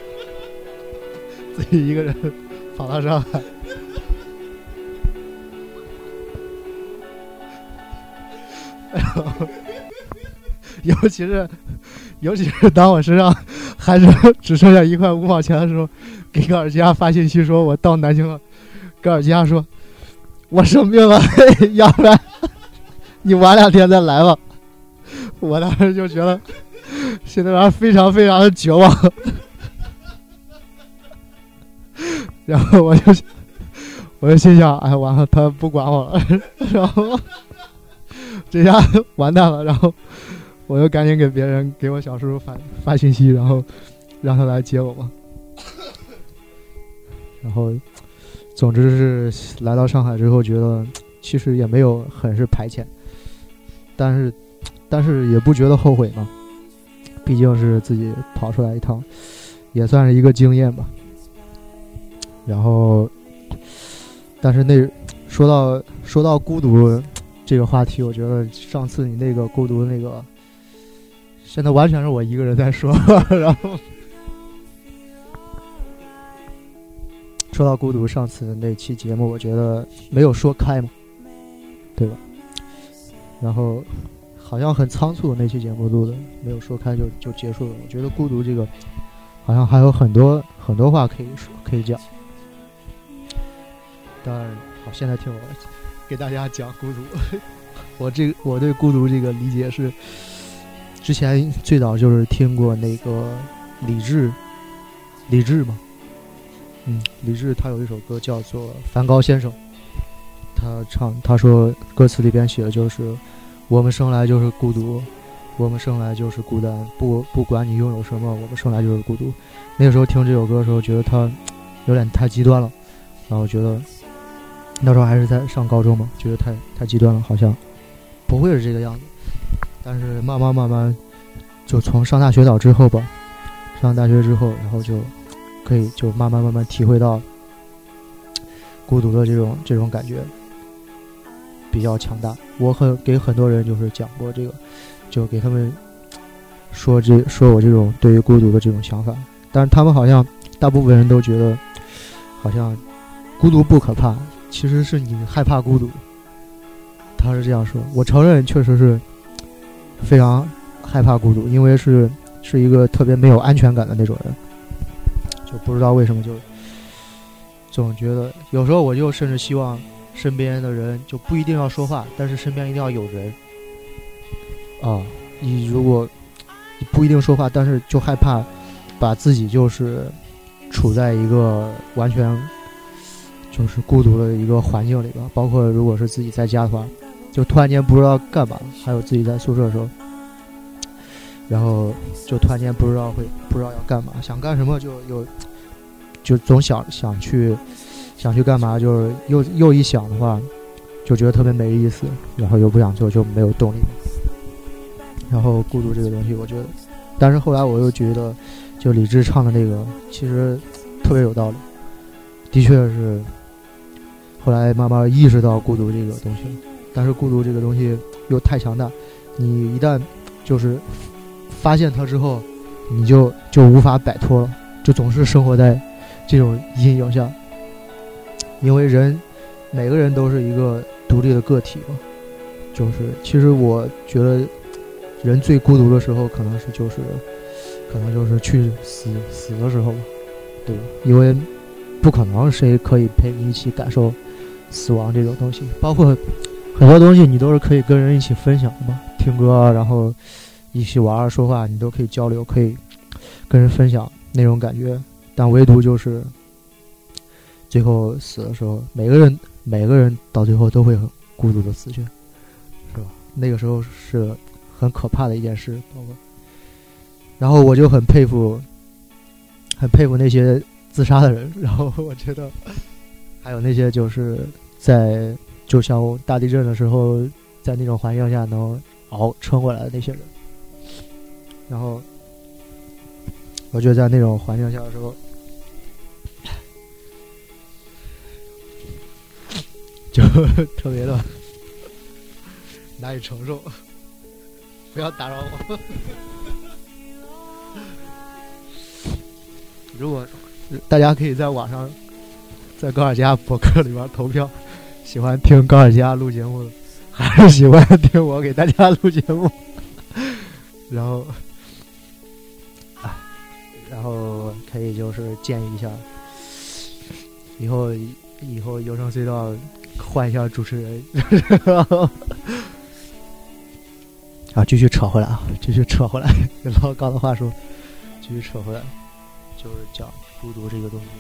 自己一个人跑到上海。尤其是当我身上还是只剩下1块5毛钱的时候，给高尔基亚发信息说我到南京了。高尔基亚说我生病了，要不然你晚2天再来吧。我当时就觉得现在非常的绝望。然后我就心想，哎，完了，他不管我了。然后这下完蛋了。然后我就赶紧给我小叔发信息，然后让他来接我嘛。然后总之是来到上海之后，觉得其实也没有很是排遣，但是也不觉得后悔嘛，毕竟是自己跑出来一趟，也算是一个经验吧。然后但是说到孤独这个话题，我觉得上次你那个孤独那个现在完全是我一个人在说。然后说到孤独，上次那期节目我觉得没有说开嘛，对吧？然后好像很仓促，那期节目录的没有说开就结束了。我觉得孤独这个好像还有很多话可以说可以讲。当然，好，现在听我给大家讲孤独。我对孤独这个理解是，之前最早就是听过那个李志嘛，李志他有一首歌叫做《梵高先生》，他说歌词里边写的就是我们生来就是孤独，我们生来就是孤单，不管你拥有什么，我们生来就是孤独。那个时候听这首歌的时候，觉得他有点太极端了，然后觉得那时候还是在上高中嘛，觉得太极端了，好像不会是这个样子。但是慢慢就从上大学之后吧，上大学之后，然后就可以就慢慢体会到孤独的这种感觉比较强大。我给很多人就是讲过这个，就给他们说我这种对于孤独的这种想法，但是他们好像大部分人都觉得好像孤独不可怕，其实是你害怕孤独。他是这样说，我承认确实是非常害怕孤独，因为是一个特别没有安全感的那种人，就不知道为什么就总觉得有时候我就甚至希望身边的人就不一定要说话，但是身边一定要有人啊。你如果你不一定说话，但是就害怕把自己就是处在一个完全就是孤独的一个环境里吧。包括如果是自己在家的话，就突然间不知道干嘛，还有自己在宿舍的时候，然后就突然间不知道要干嘛，想干什么就总想去干嘛，就是又一想的话就觉得特别没意思，然后又不想做，就没有动力。然后孤独这个东西我觉得，但是后来我又觉得就李志唱的那个其实特别有道理，的确是后来慢慢意识到孤独这个东西，但是孤独这个东西又太强大，你一旦就是发现它之后，你就无法摆脱了，就总是生活在这种阴影下。因为每个人都是一个独立的个体嘛，就是其实我觉得人最孤独的时候可能就是去死的时候吧，对，因为不可能谁可以陪你一起感受死亡这种东西，包括很多东西你都是可以跟人一起分享的嘛，听歌然后一起玩说话，你都可以交流，可以跟人分享那种感觉。但唯独就是最后死的时候，每个人到最后都会很孤独的死去，是吧？那个时候是很可怕的一件事，包括，然后我就很佩服那些自杀的人，然后我觉得还有那些就是就像大地震的时候，在那种环境下能撑过来的那些人，然后我觉得在那种环境下的时候，就特别的难以承受。不要打扰我。如果大家可以在网上，在高尔佳博客里边投票，喜欢听高尔佳录节目的，还是喜欢听我给大家录节目，然后可以就是建议一下，以后有声隧道换一下主持人。继续扯回来，跟老高的话说，继续扯回来，就是讲孤独这个东西，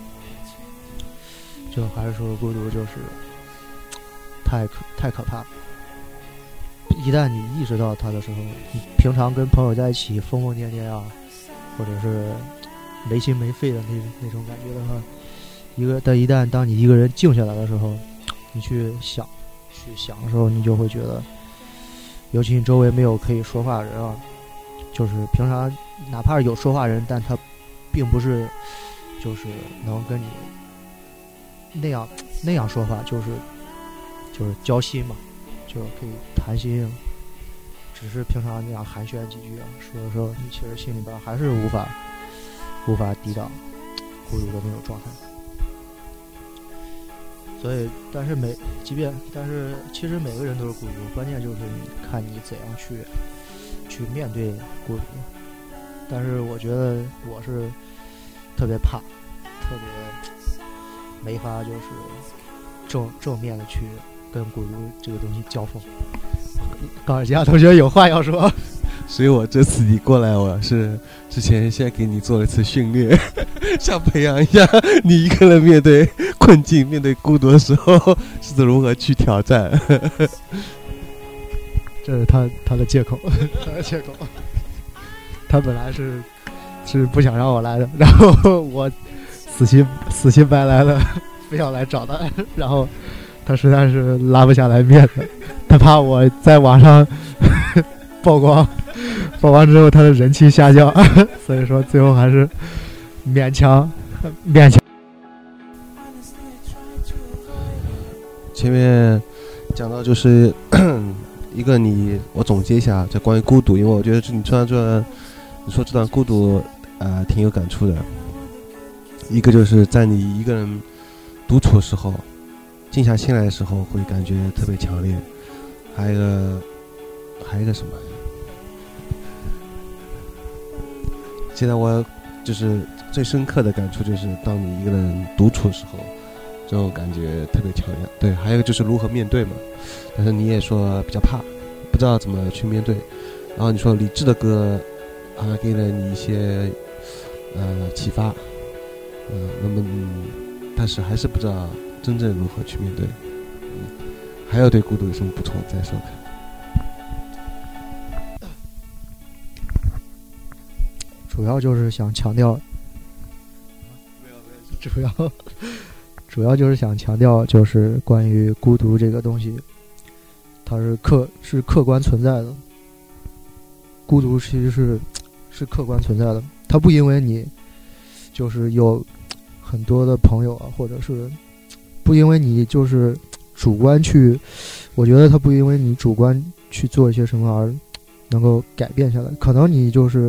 就还是说孤独就是太可怕了。一旦你意识到它的时候，你平常跟朋友在一起疯疯癫癫啊，或者是没心没肺的那种感觉的话，但一旦当你一个人静下来的时候，你去想的时候，你就会觉得，尤其你周围没有可以说话的人啊，就是平常哪怕是有说话人，但他并不是就是能跟你那样说话，就是交心嘛，就可以谈心，只是平常那样寒暄几句啊，说你其实心里边还是无法抵挡孤独的那种状态。 所以，但是其实每个人都是孤独，关键就是你看你怎样去面对孤独。但是我觉得我是特别怕，特别没法就是正面的去跟孤独这个东西交锋。高尔基亚同学有话要说。 所以我这次你过来，我是之前先给你做了一次训练，想培养一下你一个人面对困境、面对孤独的时候是如何去挑战。 这是他的借口，他的借口。他本来是不想让我来的，然后我死乞白来的非要来找他，然后他实在是拉不下来面子，他怕我在网上曝光之后他的人气下降，所以说最后还是勉强。 前面讲到就是一个我总结一下，就关于孤独，因为我觉得你说这段孤独挺有感触的。一个就是在你一个人独处的时候，静下心来的时候会感觉特别强烈，还有一个什么，现在我就是最深刻的感触就是当你一个人独处的时候，这种感觉特别强烈。对，还有一个就是如何面对嘛，但是你也说比较怕，不知道怎么去面对。然后你说理智的歌给了你一些启发，但是还是不知道真正如何去面对。还有对孤独有什么补充再说看？ 主要就是想强调，主要就是想强调，就是关于孤独这个东西，它是客观存在的。孤独其实是客观存在的，它不因为你就是有很多的朋友啊，或者是不因为你就是主观去，我觉得它不因为你主观去做一些什么而能够改变下来。可能你就是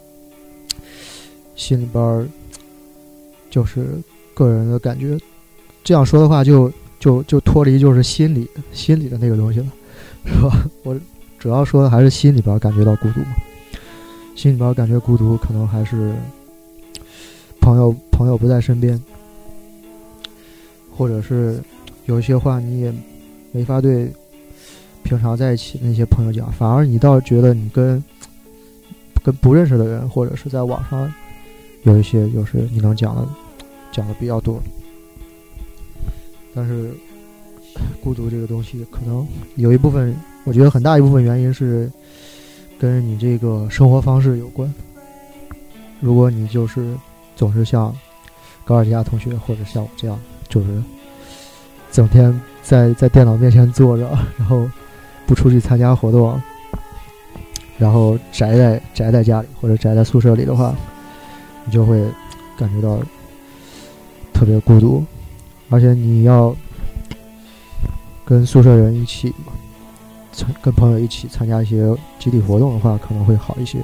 心里边就是个人的感觉，这样说的话就脱离就是心理的那个东西了，是吧？我主要说的还是心里边感觉到孤独嘛，心里边感觉孤独，可能还是朋友不在身边，或者是有一些话你也没法对平常在一起那些朋友讲，反而你倒觉得你跟不认识的人或者是在网上有一些就是你能讲的比较多。但是孤独这个东西可能有一部分，我觉得很大一部分原因是跟你这个生活方式有关。如果你就是总是像高尔基亚同学或者像我这样，就是整天在电脑面前坐着，然后不出去参加活动，然后宅在家里或者宅在宿舍里的话，你就会感觉到特别孤独。而且你要跟宿舍人一起，跟朋友一起参加一些集体活动的话，可能会好一些。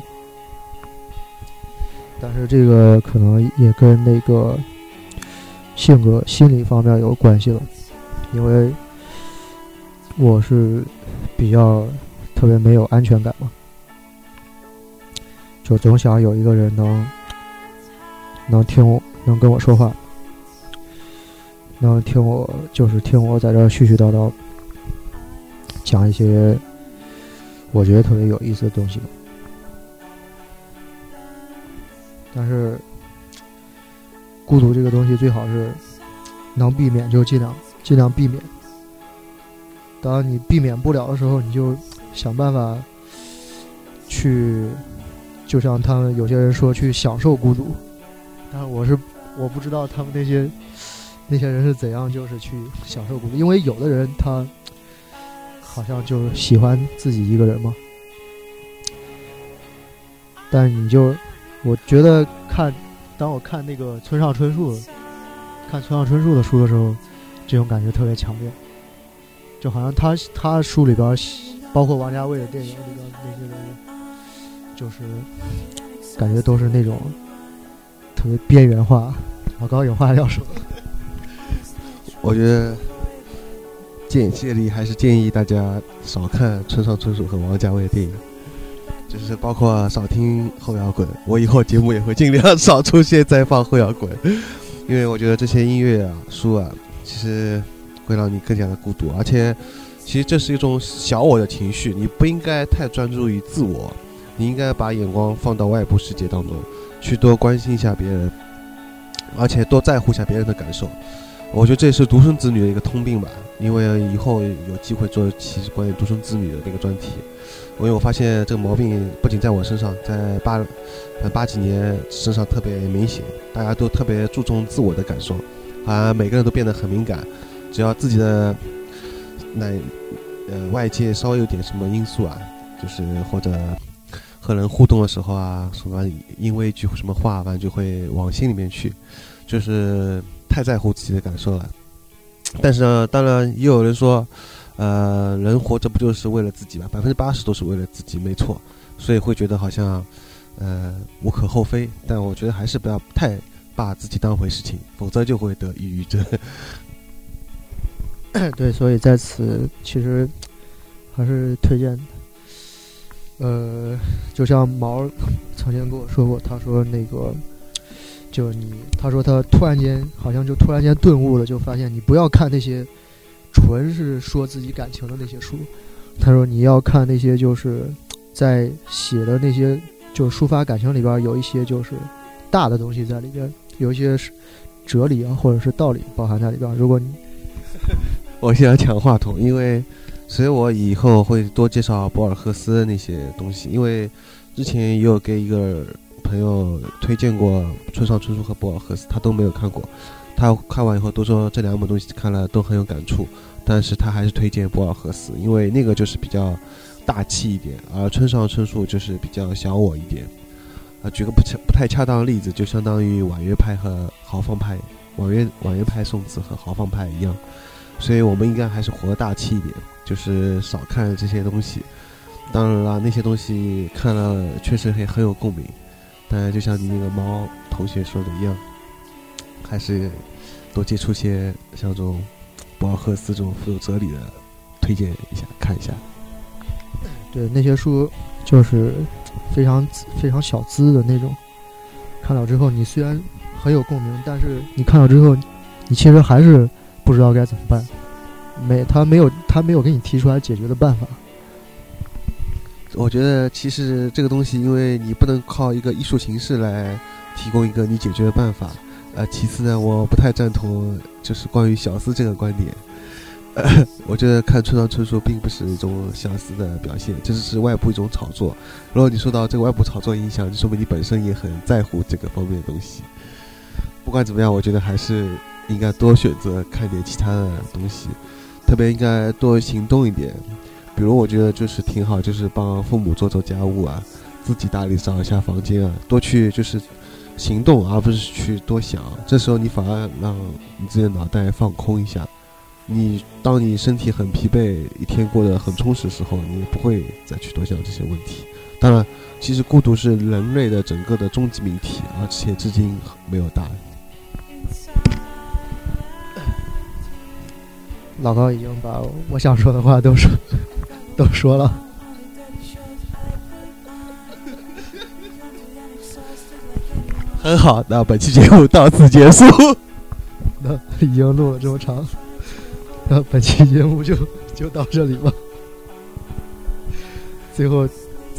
但是这个可能也跟那个性格心理方面有关系了，因为我是比较特别没有安全感嘛，就总想有一个人能跟我说话，能听我在这絮絮叨叨讲一些我觉得特别有意思的东西吧。但是孤独这个东西最好是能避免就尽量避免。当你避免不了的时候，你就想办法去，就像他们有些人说去享受孤独，但是我不知道他们那些人是怎样就是去享受孤独。因为有的人他好像就喜欢自己一个人嘛，但我觉得当我看那个村上春树的书的时候，这种感觉特别强烈，就好像他书里边，包括王家卫的电影里边那些人物，就是感觉都是那种特别边缘化。老高有话要说。 我觉得这里还是建议大家少看村上春树和王家卫的电影，就是包括少听后摇滚。我以后节目也会尽量少出现在放后摇滚，因为我觉得这些音乐啊、书啊，其实会让你更加的孤独，而且其实这是一种小我的情绪，你不应该太专注于自我，你应该把眼光放到外部世界当中，去多关心一下别人，而且多在乎一下别人的感受。我觉得这也是独生子女的一个通病吧，因为以后有机会做其实关于独生子女的那个专题，因为我发现这个毛病不仅在我身上，在八几年身上特别明显，大家都特别注重自我的感受，好像每个人都变得很敏感，只要自己的外界稍微有点什么因素啊，就是或者和人互动的时候啊，什么因为一句什么话，反正就会往心里面去，就是太在乎自己的感受了。但是呢，当然也有人说，人活着不就是为了自己吧？80%都是为了自己，没错。所以会觉得好像，无可厚非。但我觉得还是不要太把自己当回事情，否则就会得抑郁症。 对，所以在此其实还是推荐的。就像毛曾经跟我说过，他说那个。他说他突然间顿悟了，就发现你不要看那些纯是说自己感情的那些书，他说你要看那些就是在写的那些就是抒发感情里边有一些就是大的东西在里边，有一些哲理啊或者是道理包含在里边。如果你我现在抢话筒，因为所以我以后会多介绍博尔赫斯那些东西，因为之前也有给一个朋友推荐过村上春树和博尔赫斯，他都没有看过，他看完以后都说这两本东西看了都很有感触，但是他还是推荐博尔赫斯，因为那个就是比较大气一点，而村上春树就是比较小我一点。举个不太恰当的例子，就相当于婉约派和豪放派，婉约派宋词和豪放派一样，所以我们应该还是活得大气一点，就是少看这些东西。当然了，那些东西看了确实很有共鸣，但就像你那个毛同学说的一样，还是多接触些像这种博尔赫斯这种富有哲理的，推荐一下看一下。 对，那些书就是非常非常小资的那种，看到之后你虽然很有共鸣，但是你看到之后你其实还是不知道该怎么办，他没有给你提出来解决的办法。 我觉得其实这个东西，因为你不能靠一个艺术形式来提供一个你解决的办法。其次呢，我不太赞同就是关于小资这个观点。我觉得看村上春树并不是一种小资的表现，这只是外部一种炒作。如果你受到这个外部炒作影响，就说明你本身也很在乎这个方面的东西。不管怎么样，我觉得还是应该多选择看点其他的东西，特别应该多行动一点。比如我觉得就是挺好，就是帮父母做家务啊，自己打理扫一下房间啊，多去就是行动，而不是去多想。这时候你反而让你自己的脑袋放空一下。当你身体很疲惫，一天过得很充实的时候，你不会再去多想这些问题。当然，其实孤独是人类的整个的终极命题，而且至今没有答案。 老高已经把我想说的话都说了。 很好，那本期节目到此结束。 那已经录了这么长，那本期节目就到这里吧。最后，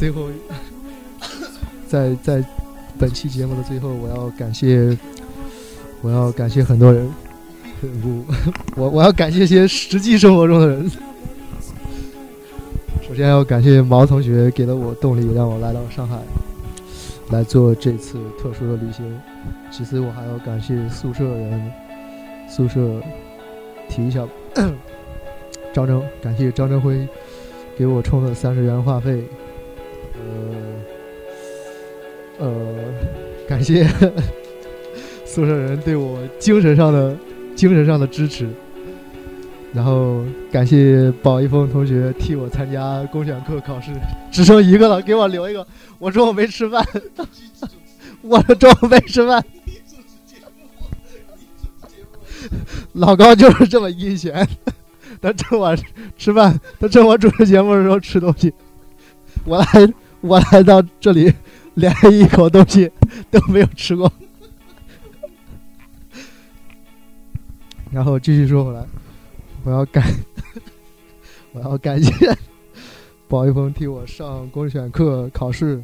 在本期节目的最后，我要感谢很多人。我要感谢一些实际生活中的人。首先要感谢毛同学给了我动力，让我来到上海来做这次特殊的旅行。其次我还要感谢宿舍提一下张征，感谢张征辉给我充了30元话费。感谢宿舍人对我精神上的支持，然后感谢宝一峰同学替我参加公选课考试，只剩一个了，给我留一个。我中午没吃饭， 老高就是这么阴险，他趁我吃饭，他趁我主持节目的时候吃东西，我来到这里连一口东西都没有吃过。然后继续说回来，我要感谢宝一峰替我上公选课考试，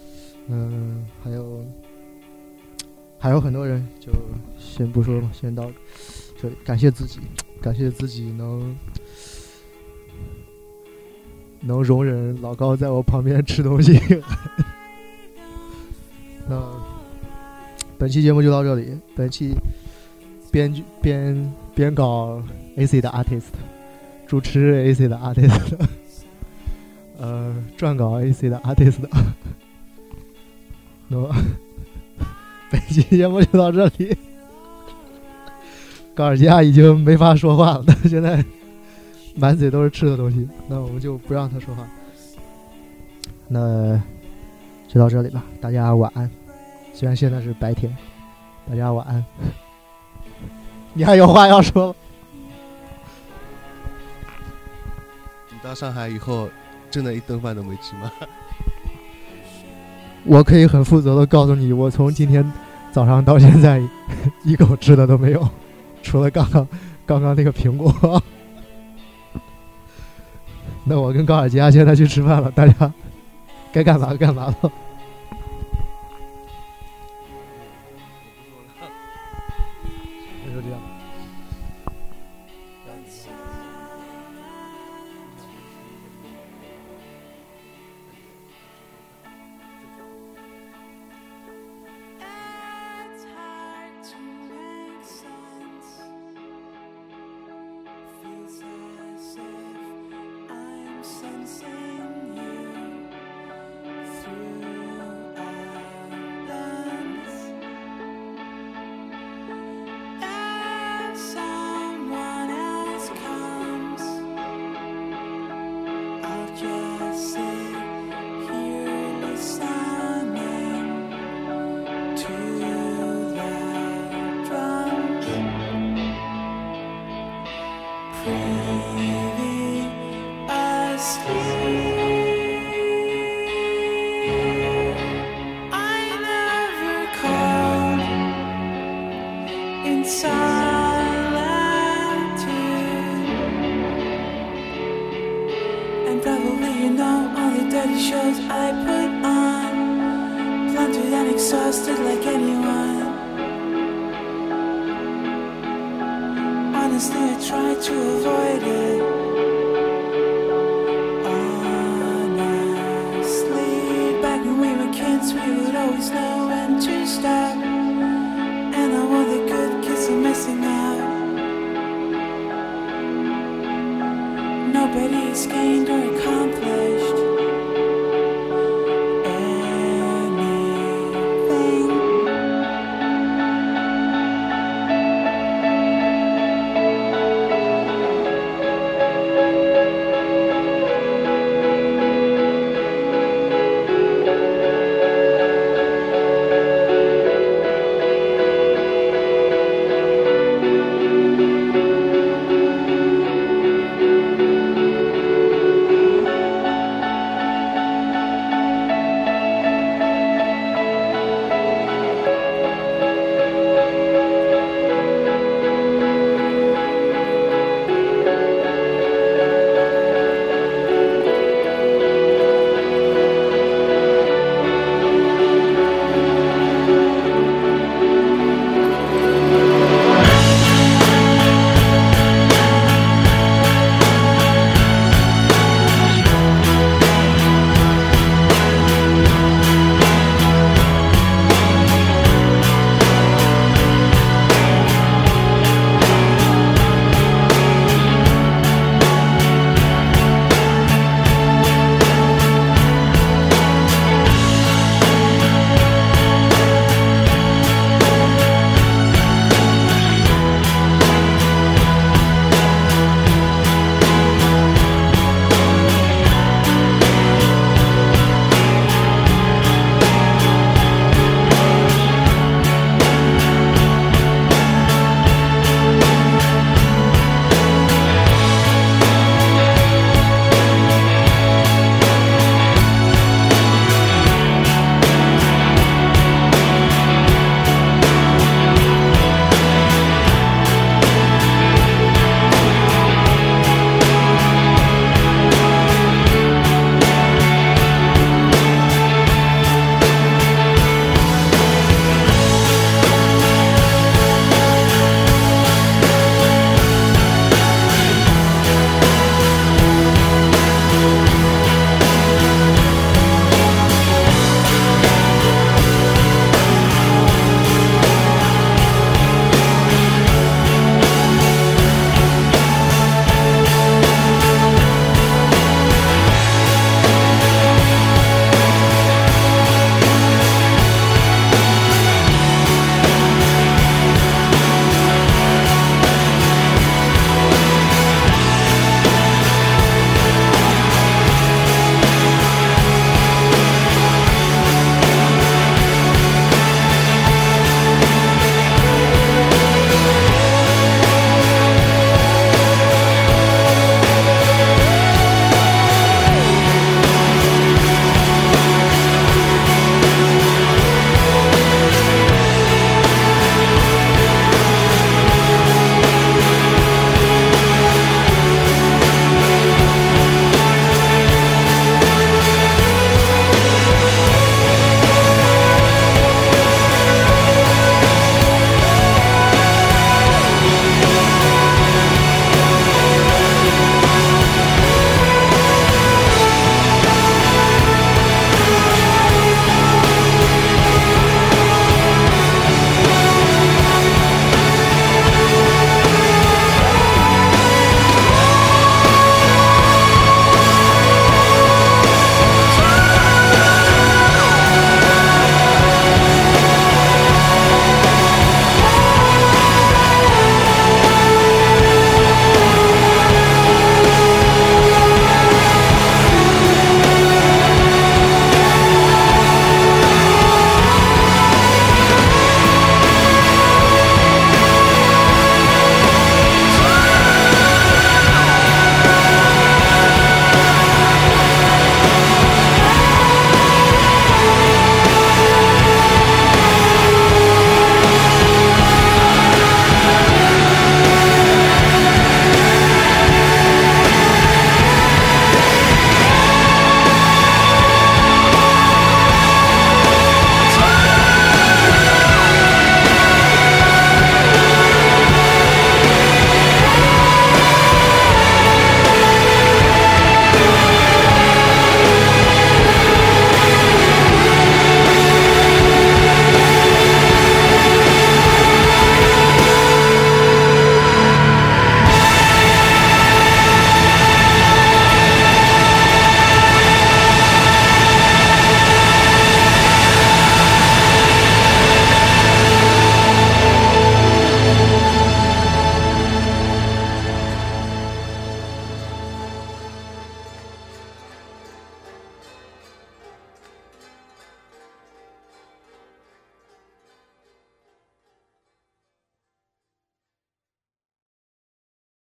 还有很多人，就先不说了，先到这里。感谢自己能容忍老高在我旁边吃东西。那本期节目就到这里。本期编稿 AC 的 artist， 主持 AC 的 artist， 撰稿 AC 的 artist。那么本期节目就到这里。高尔基亚已经没法说话了，他现在满嘴都是吃的东西，那我们就不让他说话。那就到这里吧，大家晚安。虽然现在是白天，大家晚安。你还有话要说吗？ 你到上海以后，真的一顿饭都没吃吗？ 我可以很负责的告诉你，我从今天早上到现在一口吃的都没有，除了刚刚那个苹果。那我跟高尔基亚现在去吃饭了，大家该干嘛干嘛了。就这样。 Shows I put on, blunted and exhausted like anyone. Honestly, I try to avoid it. Honestly, back when we were kids, we would always know when to stop. And all the good kids are messing up. Nobody is gained or accomplished.